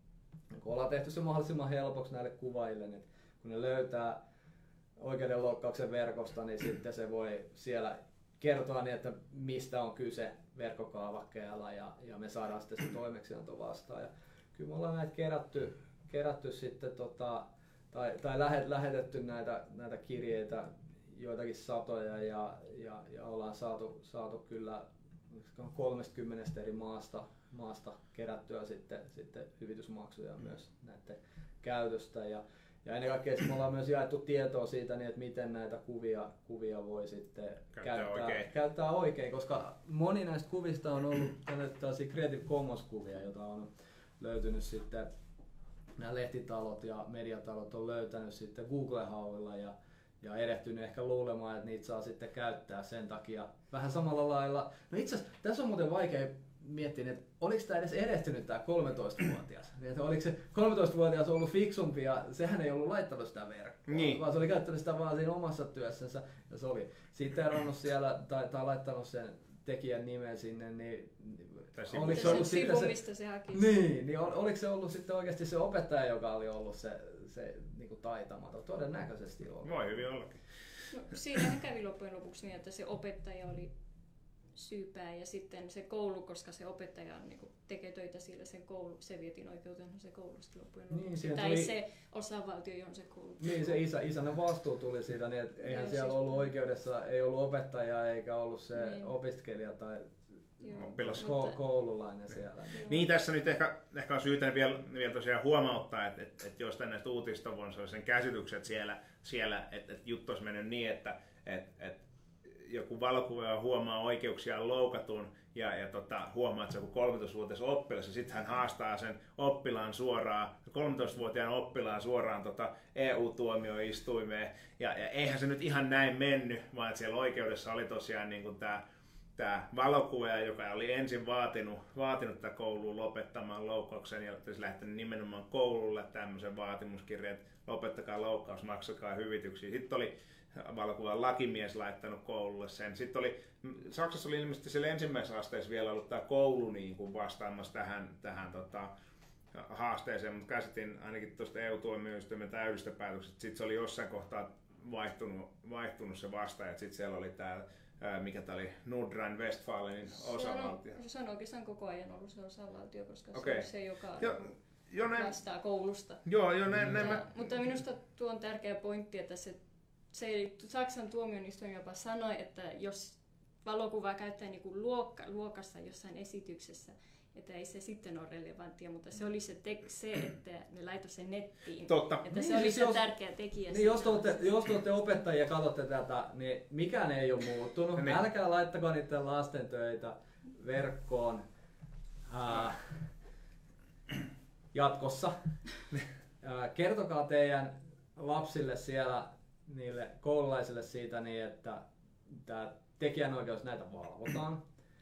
kun ollaan tehty se mahdollisimman helpoksi näille kuvaajille, niin kun ne löytää oikeudenloukkauksen verkosta, niin sitten se voi siellä kertoa niin, että mistä on kyse verkkokaavakkeella ja, ja me saadaan sitten se toimeksianto vastaan. Ja kyllä me ollaan näitä kerätty, kerätty sitten tota, tai, tai lähet, lähetetty näitä, näitä kirjeitä joitakin satoja ja, ja, ja ollaan saatu, saatu kyllä kolmekymmentä eri maasta, maasta kerättyä sitten, sitten hyvitysmaksuja mm. myös näiden käytöstä. Ja, ja ennen kaikkea me ollaan myös jaettu tietoa siitä, niin että miten näitä kuvia, kuvia voi sitten käyttää, käyttää, oikein. käyttää oikein, koska moni näistä kuvista on ollut tällaisia Creative Commons-kuvia, joita on löytynyt sitten, nämä lehtitalot ja mediatalot on löytänyt sitten Google-hauilla ja ja erehtynyt ehkä luulemaan, että niitä saa sitten käyttää sen takia vähän samalla lailla. No itse asiassa tässä on muuten vaikea miettiä, että oliko tämä edes erehtynyt tämä kolmetoistavuotias. Niin, että oliko se kolmetoistavuotias ollut fiksumpi ja sehän ei ollut laittanut sitä verkkoa, niin. vaan se oli käyttänyt sitä vaan siinä omassa työssänsä ja se oli siteerannut siellä tai, tai laittanut sen tekijän nimen sinne, niin oliko se ollut sitten se, mistä se haki? Niin, niin ol, oliko se ollut sitten oikeasti se opettaja, joka oli ollut se, se niin kuin taitamaton? Todennäköisesti ollut. Voi hyvin ollakin. No, siinähän kävi loppujen lopuksi niin, että se opettaja oli syypää ja sitten se koulu, koska se opettaja niin kuin tekee töitä siellä sen koulu, se vietiin oikeuteen se koulusta loppujen lopuksi. Niin, tai tuli se osavaltio, johon se koulu. Niin, se isä, isänä vastuu tuli siitä, niin että eihän siellä siis ollut oikeudessa, ei ollut opettajaa eikä ollut se niin. opiskelija tai oppilas. Ko- koululainen siellä. Joo. Niin tässä nyt ehkä, ehkä on syytä vielä, vielä tosiaan huomauttaa, että, että, että jostain näistä uutista on sellaisen käsitykset siellä, siellä että, että juttu olisi mennyt niin, että, että, että joku valokuvaaja huomaa oikeuksiaan loukatun ja, ja tota, huomaa, että se on joku kolmetoistavuotias oppilas ja sitten hän haastaa sen oppilaan suoraan, kolmetoistavuotiaan oppilaan suoraan tota E U-tuomioistuimeen ja, ja eihän se nyt ihan näin mennyt, vaan että siellä oikeudessa oli tosiaan niin kuin tämä Tämä valokuvaaja, joka oli ensin vaatinut, vaatinut tätä koulua lopettamaan loukkauksen ja olisi lähtenyt nimenomaan koululle tämmöisen vaatimuskirjan, että lopettakaa loukkaus, maksakaa hyvityksiä. Sitten oli valokuvan lakimies laittanut koululle sen. Sitten oli, Saksassa oli ilmeisesti siellä ensimmäisessä asteessa vielä ollut tämä koulu niin kuin vastaamassa tähän, tähän tota, haasteeseen, mutta käsitin ainakin tuosta E U-tuomioistuimen täydestä päätöksestä. Sitten se oli jossain kohtaa vaihtunut, vaihtunut se vastaaja, että sitten siellä oli tämä mikä tämä oli Nordrhein-Westfalenin osavaltio. Se on oikeastaan koko ajan ollut se osavaltio, koska okay. se on se, joka jo, jo näin, vastaa koulusta. Joo, jo näin, näin mutta, mä... mutta minusta tuo on tärkeä pointti, että se, se Saksan tuomioistuin jopa sanoi, että jos valokuvaa käyttää niin kuin luokka, luokassa jossain esityksessä, että ei se sitten ole relevanttia, mutta se oli se, te- se että ne laitoi sen nettiin. Totta. Että niin, se oli siis se jos, tärkeä tekijä. Niin jos, te olette, jos te olette opettajia ja katsotte tätä, niin mikään ei ole muuttunut. Niin. Älkää laittako niiden lasten töitä verkkoon ää, jatkossa. Ää, kertokaa teidän lapsille siellä niille koululaisille siitä niin, että tämä tekijänoikeus näitä valvotaan.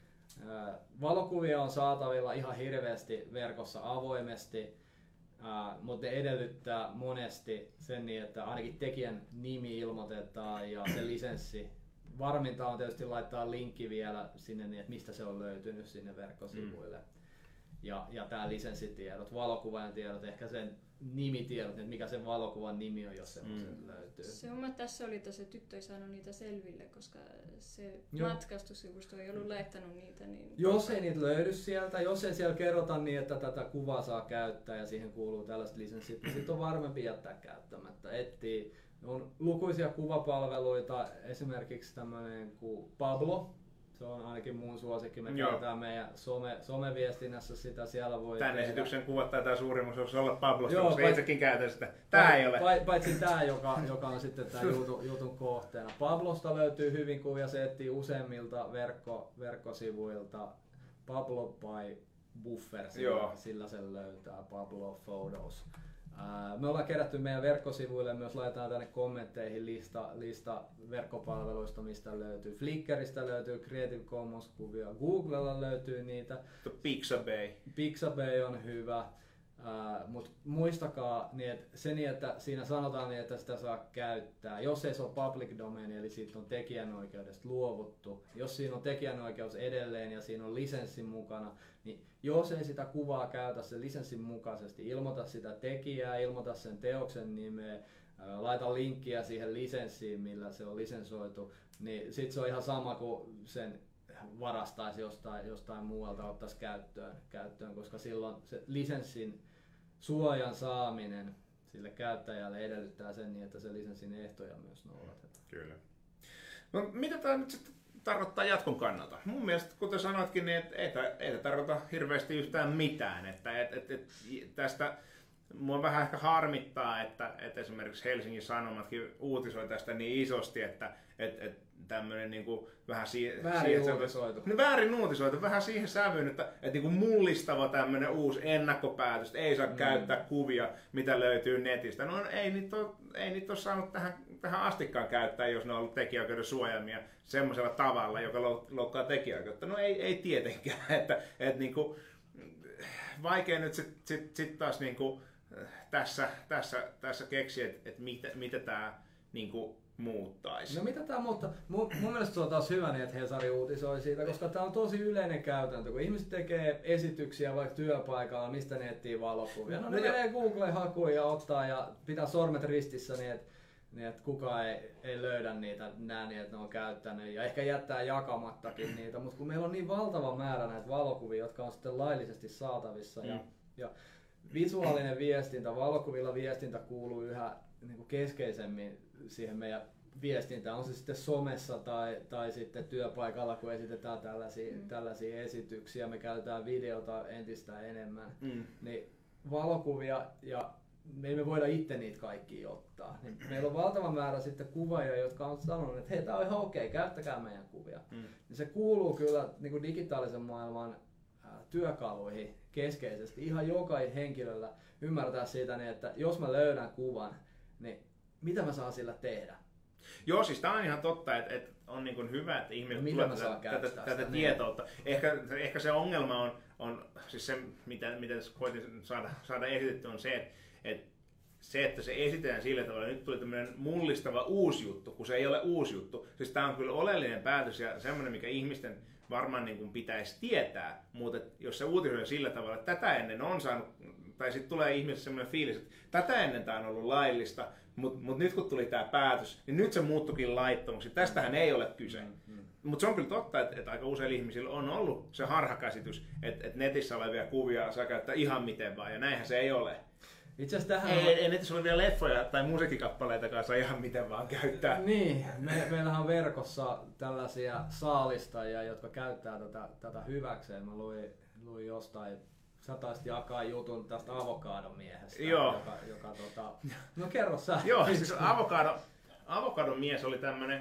Valokuvia on saatavilla ihan hirveästi verkossa avoimesti, mutta ne edellyttää monesti sen niin, että ainakin tekijän nimi ilmoitetaan ja se lisenssi. Varminta on tietysti laittaa linkki vielä sinne, niin että mistä se on löytynyt sinne verkkosivuille. Mm. Ja, ja tämä lisenssitiedot, valokuvaajan tiedot, ehkä sen nimitiedot, että mikä sen valokuvan nimi on, jos semmoisen mm. löytyy. Se on, että tässä oli, että se tyttö ei saanut niitä selville, koska se Joo. matkastussivusto ei ollut laittanut niitä. Niin... Jos ei niitä löydy sieltä, jos ei siellä kerrota niin, että tätä kuvaa saa käyttää ja siihen kuuluu tällaiset lisenssit, niin sitten on varmempi jättää käyttämättä. Etsii. On lukuisia kuvapalveluita, esimerkiksi tämmöinen kuin Pablo. Se on ainakin mun suosikki. Me Joo. käytetään meidän some, someviestinnässä sitä. Siellä voi Tämän tehdä. esityksen kuvat taitaa suurimmus olisi olla Pablosta, Joo, koska paitsi- itsekin käytän sitä. Tää ei ole. Paitsi tämä, joka, joka on sitten tämän jutun, jutun kohteena. Pablosta löytyy hyvin kuvia. Se etsii useimmilta verkko, verkkosivuilta. Pablo by Buffer, sillä, sillä sen löytää. Pablo Photos. Me ollaan kerätty meidän verkkosivuille, myös laitetaan tänne kommentteihin lista, lista verkkopalveluista, mistä löytyy. Flickristä löytyy Creative Commons kuvia, Googlella löytyy niitä. Pixabay. Pixabay on hyvä, uh, mutta muistakaa niin, että se niin, että siinä sanotaan niin, että sitä saa käyttää. Jos ei se ole public domain, eli siitä on tekijänoikeudesta luovuttu, jos siinä on tekijänoikeus edelleen ja siinä on lisenssi mukana, niin jos ei sitä kuvaa käytä sen lisenssin mukaisesti, ilmoita sitä tekijää, ilmoita sen teoksen nimeä, laita linkkiä siihen lisenssiin, millä se on lisensoitu, niin sit se on ihan sama kuin sen varastaisi jostain, jostain muualta, ottaisi käyttöön, käyttöön, koska silloin se lisenssin suojan saaminen sille käyttäjälle edellyttää sen niin, että se lisenssin ehtoja myös noudatetaan. Kyllä. No mitä tämä nyt sitten tarkoittaa jatkon kannalta? Mun mielestä, kuten sanoitkin, niin et, ei, ei tämä tarkoita hirveästi yhtään mitään. Että, et, et, et, tästä mua vähän ehkä harmittaa, että, että esimerkiksi Helsingin Sanomatkin uutisoi tästä niin isosti, että et, et tämmöinen niinku vähän si- väärin siihen, uutisoitu. No, väärin uutisoitu, vähän siihen sävyyn, että, että niinku mullistava tämmöinen uusi ennakkopäätös, että ei saa mm. käyttää kuvia, mitä löytyy netistä. No ei niitä ole, ei niitä ole saanut tähän, tähän astikkaan käyttää, jos ne on ollut tekijäoikeuden suojelmia semmoisella tavalla, joka loukkaa tekijäoikeutta. No ei, ei tietenkään, että, että niinku, vaikea nyt sitten sit, sit taas niinku, tässä, tässä, tässä keksiä, että, että mitä, mitä tämä niinku, muuttaisi. No mitä tämä muuttaa? Mun, mun mielestä se on taas hyvä niin, että Hesari uutisoi siitä, koska tämä on tosi yleinen käytäntö. Kun ihmiset tekee esityksiä vaikka työpaikalla, mistä ne etsii valokuvia. No ne no, menee Google-hakuun ja ottaa ja pitää sormet ristissä niin, että niin, et kukaan ei, ei löydä niitä näin, niin, että ne on käyttänyt. Ja ehkä jättää jakamattakin niitä. Mutta kun meillä on niin valtava määrä näitä valokuvia, jotka on sitten laillisesti saatavissa. Mm. Ja, ja visuaalinen viestintä, valokuvilla viestintä kuuluu yhä niin kuin keskeisemmin siihen meidän viestintään, on se sitten somessa tai, tai sitten työpaikalla, kun esitetään tällaisia, mm. tällaisia esityksiä, me käytetään videota entistä enemmän, mm. niin valokuvia, ja me ei me voida itse niitä kaikkia ottaa. Niin meillä on valtava määrä sitten kuvaajia, jotka on sanonut, että hei, tää on ihan okei, käyttäkää meidän kuvia. Mm. Niin se kuuluu kyllä niin kuin digitaalisen maailman työkaluihin keskeisesti. Ihan jokainen henkilöllä ymmärtää siitä, niin, että jos mä löydän kuvan, niin mitä mä saan sillä tehdä? Joo, siis tää on ihan totta, että, että on niin kuin hyvä, että ihmiset no, tulee tätä, tätä, tätä tietoutta. Ehkä, ehkä se ongelma on, on siis se, mitä, mitä koitin saada, saada esitetty, on se, että, että se, että se esitetään sillä tavalla, nyt tuli tämmöinen mullistava uusi juttu, kun se ei ole uusi juttu. Siis tää on kyllä oleellinen päätös ja semmoinen, mikä ihmisten varmaan niin kuin pitäisi tietää, mutta jos se uutisoidaan sillä tavalla, että tätä ennen on saanut, tai sitten tulee ihmiselle semmoinen fiilis, että tätä ennen tämä on ollut laillista, mutta mut nyt kun tuli tämä päätös, niin nyt se muuttukin laittomaksi. Tästähän ei ole kyse. Mm-hmm. Mutta se on kyllä totta, että, että aika useilla ihmisillä on ollut se harhakäsitys, että, että netissä olevia kuvia saa käyttää ihan miten vaan, ja näinhän se ei ole. Itse tähän ei, ei netissä olevia leffoja tai musiikkikappaleitakaan saa ihan miten vaan käyttää. Niin, me, meillähän on verkossa tällaisia saalistajia, jotka käyttää tätä, tätä hyväkseen. Mä luin, luin jostain, sä taisit jakaa jutun tästä avokadon miehestä. Joo. Joka, joka tota... No kerro sä. Joo, siis avokado, avokadon mies oli tämmönen,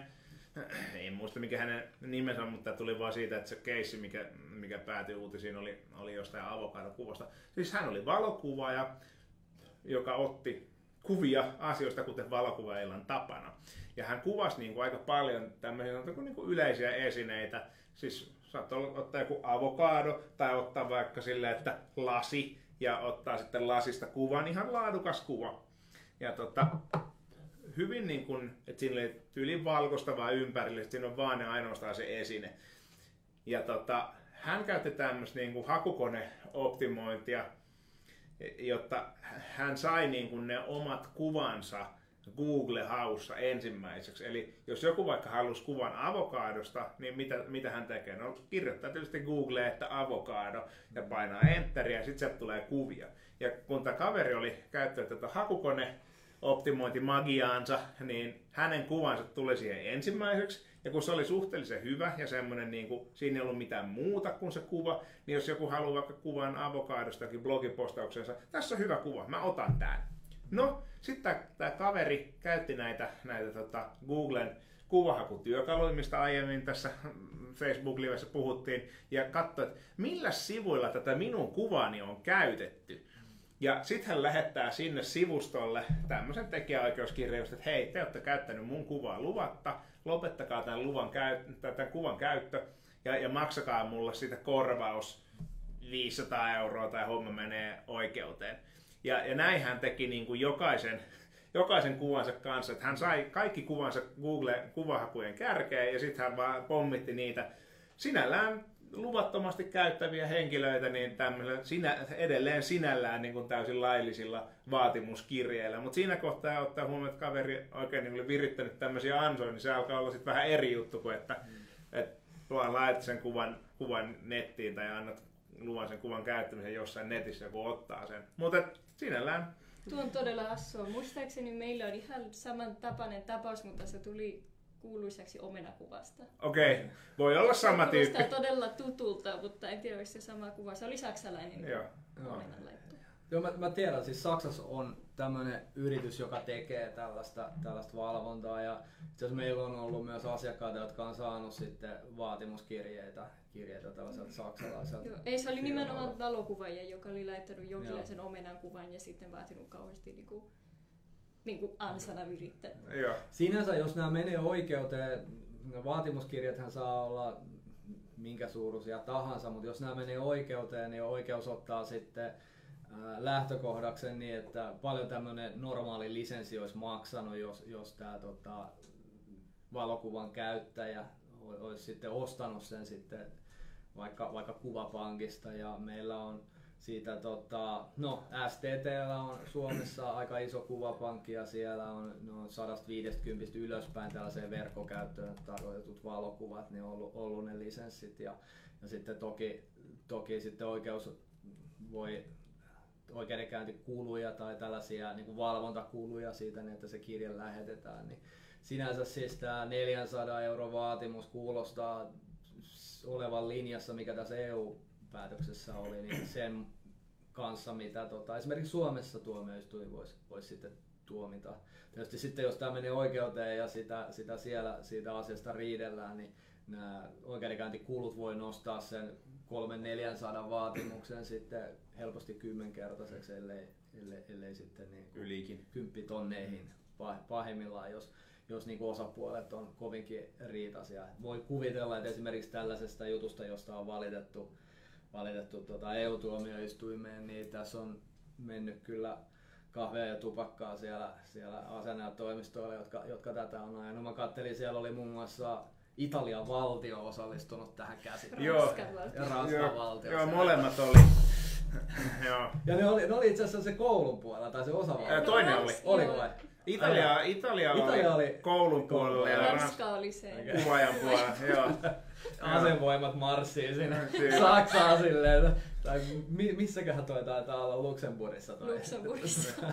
en muista mikä hänen nimensä on, mutta tuli vaan siitä, että se keissi, mikä, mikä päätyi uutisiin, oli, oli jostain avokadokuvasta. Siis hän oli valokuvaaja, joka otti kuvia asioista, kuten valokuvaillan tapana. Ja hän kuvasi niin kuin aika paljon tämmöisiä niin kuin yleisiä esineitä. Siis saattoi ottaa joku avokado tai ottaa vaikka silleen, että lasi ja ottaa sitten lasista kuvan, ihan laadukas kuva. Ja tota, hyvin niin kuin, että siinä oli tyyli valkoista vaan ympärille, että siinä on vaan ja ainoastaan se esine. Ja tota, hän käytti tämmöistä niin kuin hakukoneoptimointia, jotta hän sai niin kuin ne omat kuvansa Google-haussa ensimmäiseksi. Eli jos joku vaikka halusi kuvan avokadosta, niin mitä, mitä hän tekee? No kirjoittaa tietysti Googleen, että avokado ja painaa enteriä ja sitten sieltä tulee kuvia. Ja kun tämä kaveri oli käyttänyt tätä hakukoneoptimointimagiaansa, niin hänen kuvansa tuli siihen ensimmäiseksi. Ja kun se oli suhteellisen hyvä ja semmoinen, niin kuin, siinä ei ollut mitään muuta kuin se kuva, niin jos joku haluaa vaikka kuvan avokadostakin blogipostauksensa, tässä on hyvä kuva, mä otan tämän. No, sitten tämä kaveri käytti näitä, näitä tota Googlen kuvahakutyökaluja, mistä aiemmin tässä Facebook-livessä puhuttiin, ja katsoi, että millä sivuilla tätä minun kuvaani on käytetty. Ja sitten hän lähettää sinne sivustolle tämmöisen tekijäoikeuskirjauksen, että hei, te olette käyttänyt mun kuvaa luvatta, lopettakaa tämän, luvan käy, tämän kuvan käyttö ja, ja maksakaa mulle siitä korvaus viisisataa euroa tai homma menee oikeuteen. Ja, ja näin hän teki niin kuin jokaisen, jokaisen kuvansa kanssa, että hän sai kaikki kuvansa Google-kuvahakujen kärkeen ja sitten hän vaan pommitti niitä sinällään luvattomasti käyttäviä henkilöitä niin sinä, edelleen sinällään niin kuin täysin laillisilla vaatimuskirjeillä. Mutta siinä kohtaa ottaa huomioon, että kaveri oikein niin oli virittänyt tämmöisiä ansoja, niin se alkaa olla sitten vähän eri juttu kuin, että mm. et, vaan laitat sen kuvan, kuvan nettiin tai annat luvan sen kuvan käyttämisen jossain netissä, kun ottaa sen. Mutta sinällään... Tuo on todella assua. Muistaakseni meillä on ihan samantapainen tapaus, mutta se tuli kuuluisaksi omenakuvasta. Okei, okay. Voi olla sama tyyppi. Se kuulostaa todella tutulta, mutta en tiedä, olisi se sama kuva. Se oli saksalainen Joo. omenanlaitto. Joo, mä, mä tiedän, siis Saksassa on tämmöinen yritys, joka tekee tällaista, tällaista valvontaa ja itse asiassa meillä on ollut myös asiakkaita, jotka on saanut sitten vaatimuskirjeitä kirjeitä tällaiselta saksalaiselta. Joo, ei se oli nimenomaan valokuvaaja, joka oli laittanut jonkinlaisen omenan kuvan ja sitten vaatinut kauheasti niinku, niinku ansana virittää. Joo. Sinänsä jos nämä menee oikeuteen, vaatimuskirjathan saa olla minkä suuruisia tahansa, mutta jos nämä menee oikeuteen, niin oikeus ottaa sitten lähtökohdaksen niin, että paljon tämmöinen normaali lisenssi olisi maksanut, jos, jos tämä tota, valokuvan käyttäjä olisi sitten ostanut sen sitten vaikka, vaikka kuvapankista ja meillä on siitä, tota, no S T T:llä on Suomessa aika iso kuvapankki ja siellä on no, sata viisikymmentä ylöspäin tällaiseen verkkokäyttöön tarkoitetut valokuvat, niin on ollut, ollut ne lisenssit ja, ja sitten toki, toki sitten oikeus voi oikeudenkäyntikuluja tai tällaisia niin kuin valvontakuluja siitä, niin että se kirje lähetetään, niin sinänsä siis tämä neljänsadan euron vaatimus kuulostaa olevan linjassa, mikä tässä E U-päätöksessä oli, niin sen kanssa, mitä tota, esimerkiksi Suomessa tuomioistuin voisi vois sitten tuomita. Tietysti sitten jos tämä menee oikeuteen ja sitä, sitä siellä siitä asiasta riidellään, niin nämä oikeudenkäyntikulut voi nostaa sen kolme neljänsadan vaatimuksen sitten helposti kymmenkertaiseksi, ellei, ellei, ellei sitten niin ylikin kymppitonneihin pahimmillaan, jos, jos niin osapuolet on kovinkin riitaisia. Voi kuvitella, että esimerkiksi tällaisesta jutusta, josta on valitettu, valitettu tuota E U-tuomioistuimeen, niin tässä on mennyt kyllä kahvia ja tupakkaa siellä, siellä asianajotoimistoilla, jotka, jotka tätä on ajanut. Mä kattelin, siellä oli muun muassa Italian valtio osallistunut tähän käsittelyyn. Ranskan valtio. Ja Ranskan valtio. Joo, molemmat oli. Joo. Ja ne oli, ne oli itse asiassa se koulun puolella, tai se osavaltio. Toinen oli. Oliko vai? Italia, Italia, Italia oli, oli koulun puolella ja Ranska oli se. Kuvaajan puolella. Joo. Asevoimat marssii sinne Saksaan silleen. Tai missäköhän toi taitaa olla, Luxemburgissa toi? Luxemburgissa.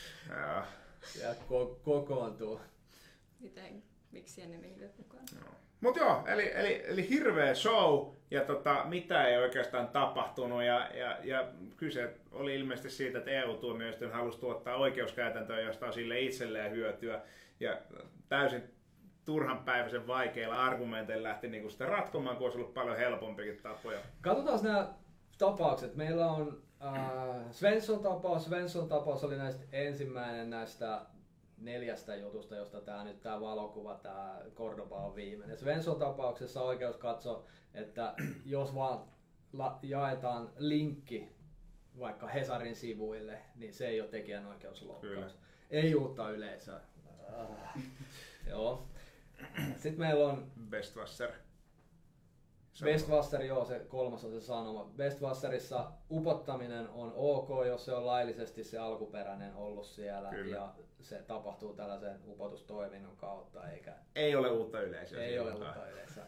Ja ko- kokoontuu. Miten, miksi ne menivät mukaan? No. Mut joo, eli, eli, eli hirveä show ja tota, mitä ei oikeastaan tapahtunut ja, ja, ja kyse oli ilmeisesti siitä, että E U-tuomioistuin halusi tuottaa oikeuskäytäntöä, josta on sille itselleen hyötyä ja täysin turhanpäiväisen vaikeilla argumenteilla lähti niinku sitä ratkomaan, kun olisi ollut paljon helpompikin tapoja. Katsotaan nämä tapaukset. Meillä on äh, Svensson-tapaus. Svensson-tapaus oli näistä ensimmäinen näistä neljästä jutusta, josta tämä nyt tämä valokuva, tämä Cordoba on viimeinen. Svensson-tapauksessa oikeus katsoi, että jos vaan la- jaetaan linkki vaikka Hesarin sivuille, niin se ei ole tekijänoikeusloukkaus. Ei uutta yleisöä. Ah. Joo. Sitten meillä on Bestwasser. Bestwasser, joo, se kolmas on se sanoma. Bestwasserissa upottaminen on ok, jos se on laillisesti se alkuperäinen ollut siellä. Kyllä. Ja se tapahtuu tällaisen upotustoiminnon kautta, eikä... Ei ole uutta yleisöä. Ei ole uutta yleisöä.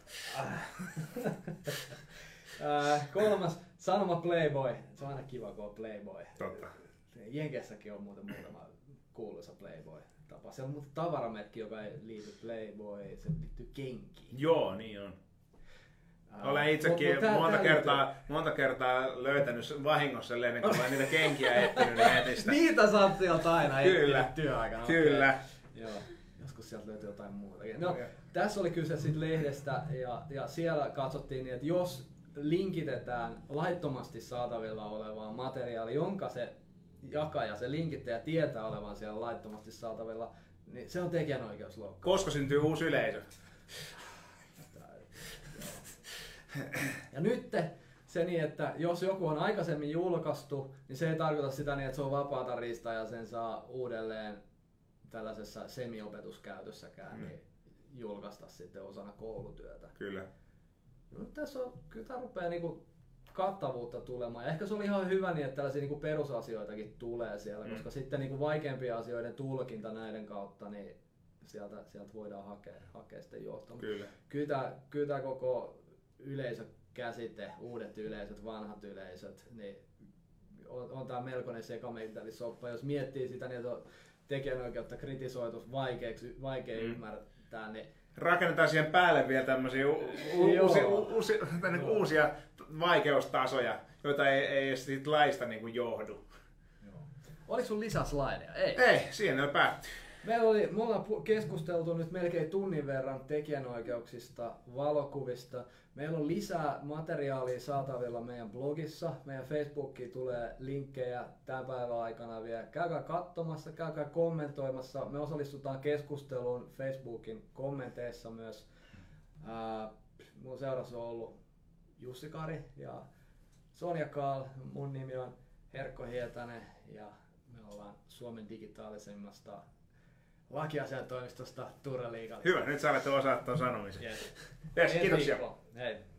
äh, kolmas, sanoma Playboy. Se on aina kiva, kun on Playboy. Totta. Jenkeissäkin on muuten muutama kuuluisa Playboy. Tapa. Se on muuten tavaramerkki, joka ei liity Playboy, se liittyy kenkiin. Joo, niin on. Olen itsekin mut, mut monta, kertaa, monta kertaa löytänyt vahingossa lehden, kun olen niitä kenkiä etsinyt netistä. Niitä saat sieltä aina etsiä työaikana. Kyllä. Okay. Joo. Joskus sieltä löytyy jotain muutakin. No, tässä oli kyse siitä lehdestä ja, ja siellä katsottiin niin, että jos linkitetään laittomasti saatavilla olevaa materiaalia, jonka se jakaja, se linkittäjä tietää olevan siellä laittomasti saatavilla, niin se on tekijänoikeusloukkaus. Koska syntyy uusi yleisö? Ja nyt se niin, että jos joku on aikaisemmin julkaistu, niin se ei tarkoita sitä niin, että se on vapaata riistaa ja sen saa uudelleen tällaisessa semiopetuskäytössäkään mm. niin julkaista sitten osana koulutyötä. Kyllä. No, tässä on, kyllä tämä rupeaa niinku kattavuutta tulemaan. Ja ehkä se oli ihan hyvä niin, että tällaisia niinku perusasioitakin tulee siellä, mm. koska sitten niinku vaikeampien asioiden tulkinta näiden kautta, niin sieltä, sieltä voidaan hakea, hakea sitten johtoa. Kyllä. Kyllä tämä, kyllä tämä koko yleisökäsite, uudet yleisöt, vanhat yleisöt, niin on, on tämä melkoinen sekametelisoppa. Jos miettii sitä, niin on tekijänoikeutta kritisoitu vaikeaksi, vaikea mm. ymmärtää, niin rakennetaan siihen päälle vielä tämmöisiä u- u- uusia, uusia, uusia vaikeustasoja, joita ei, ei siitä laista niin kuin johdu. Joo. Oliko sun lisää slideja? Ei. Ei, siihen päättyy. Meillä oli, me ollaan keskusteltu nyt melkein tunnin verran tekijänoikeuksista, valokuvista. Meillä on lisää materiaalia saatavilla meidän blogissa. Meidän Facebookiin tulee linkkejä tämän päivän aikana vielä. Käykää katsomassa, käykää kommentoimassa. Me osallistutaan keskusteluun Facebookin kommenteissa myös. Ää, mun seurassa on ollut Jussi Kari ja Sonja Kaal. Mun nimi on Herkko Hietanen ja me ollaan Suomen digitaalisemmasta lakiasiaintoimistosta Turra Legal. Hyvä, nyt sä olette osaa tuon sanomisen. Yes. Yes, kiitoksia. Hei.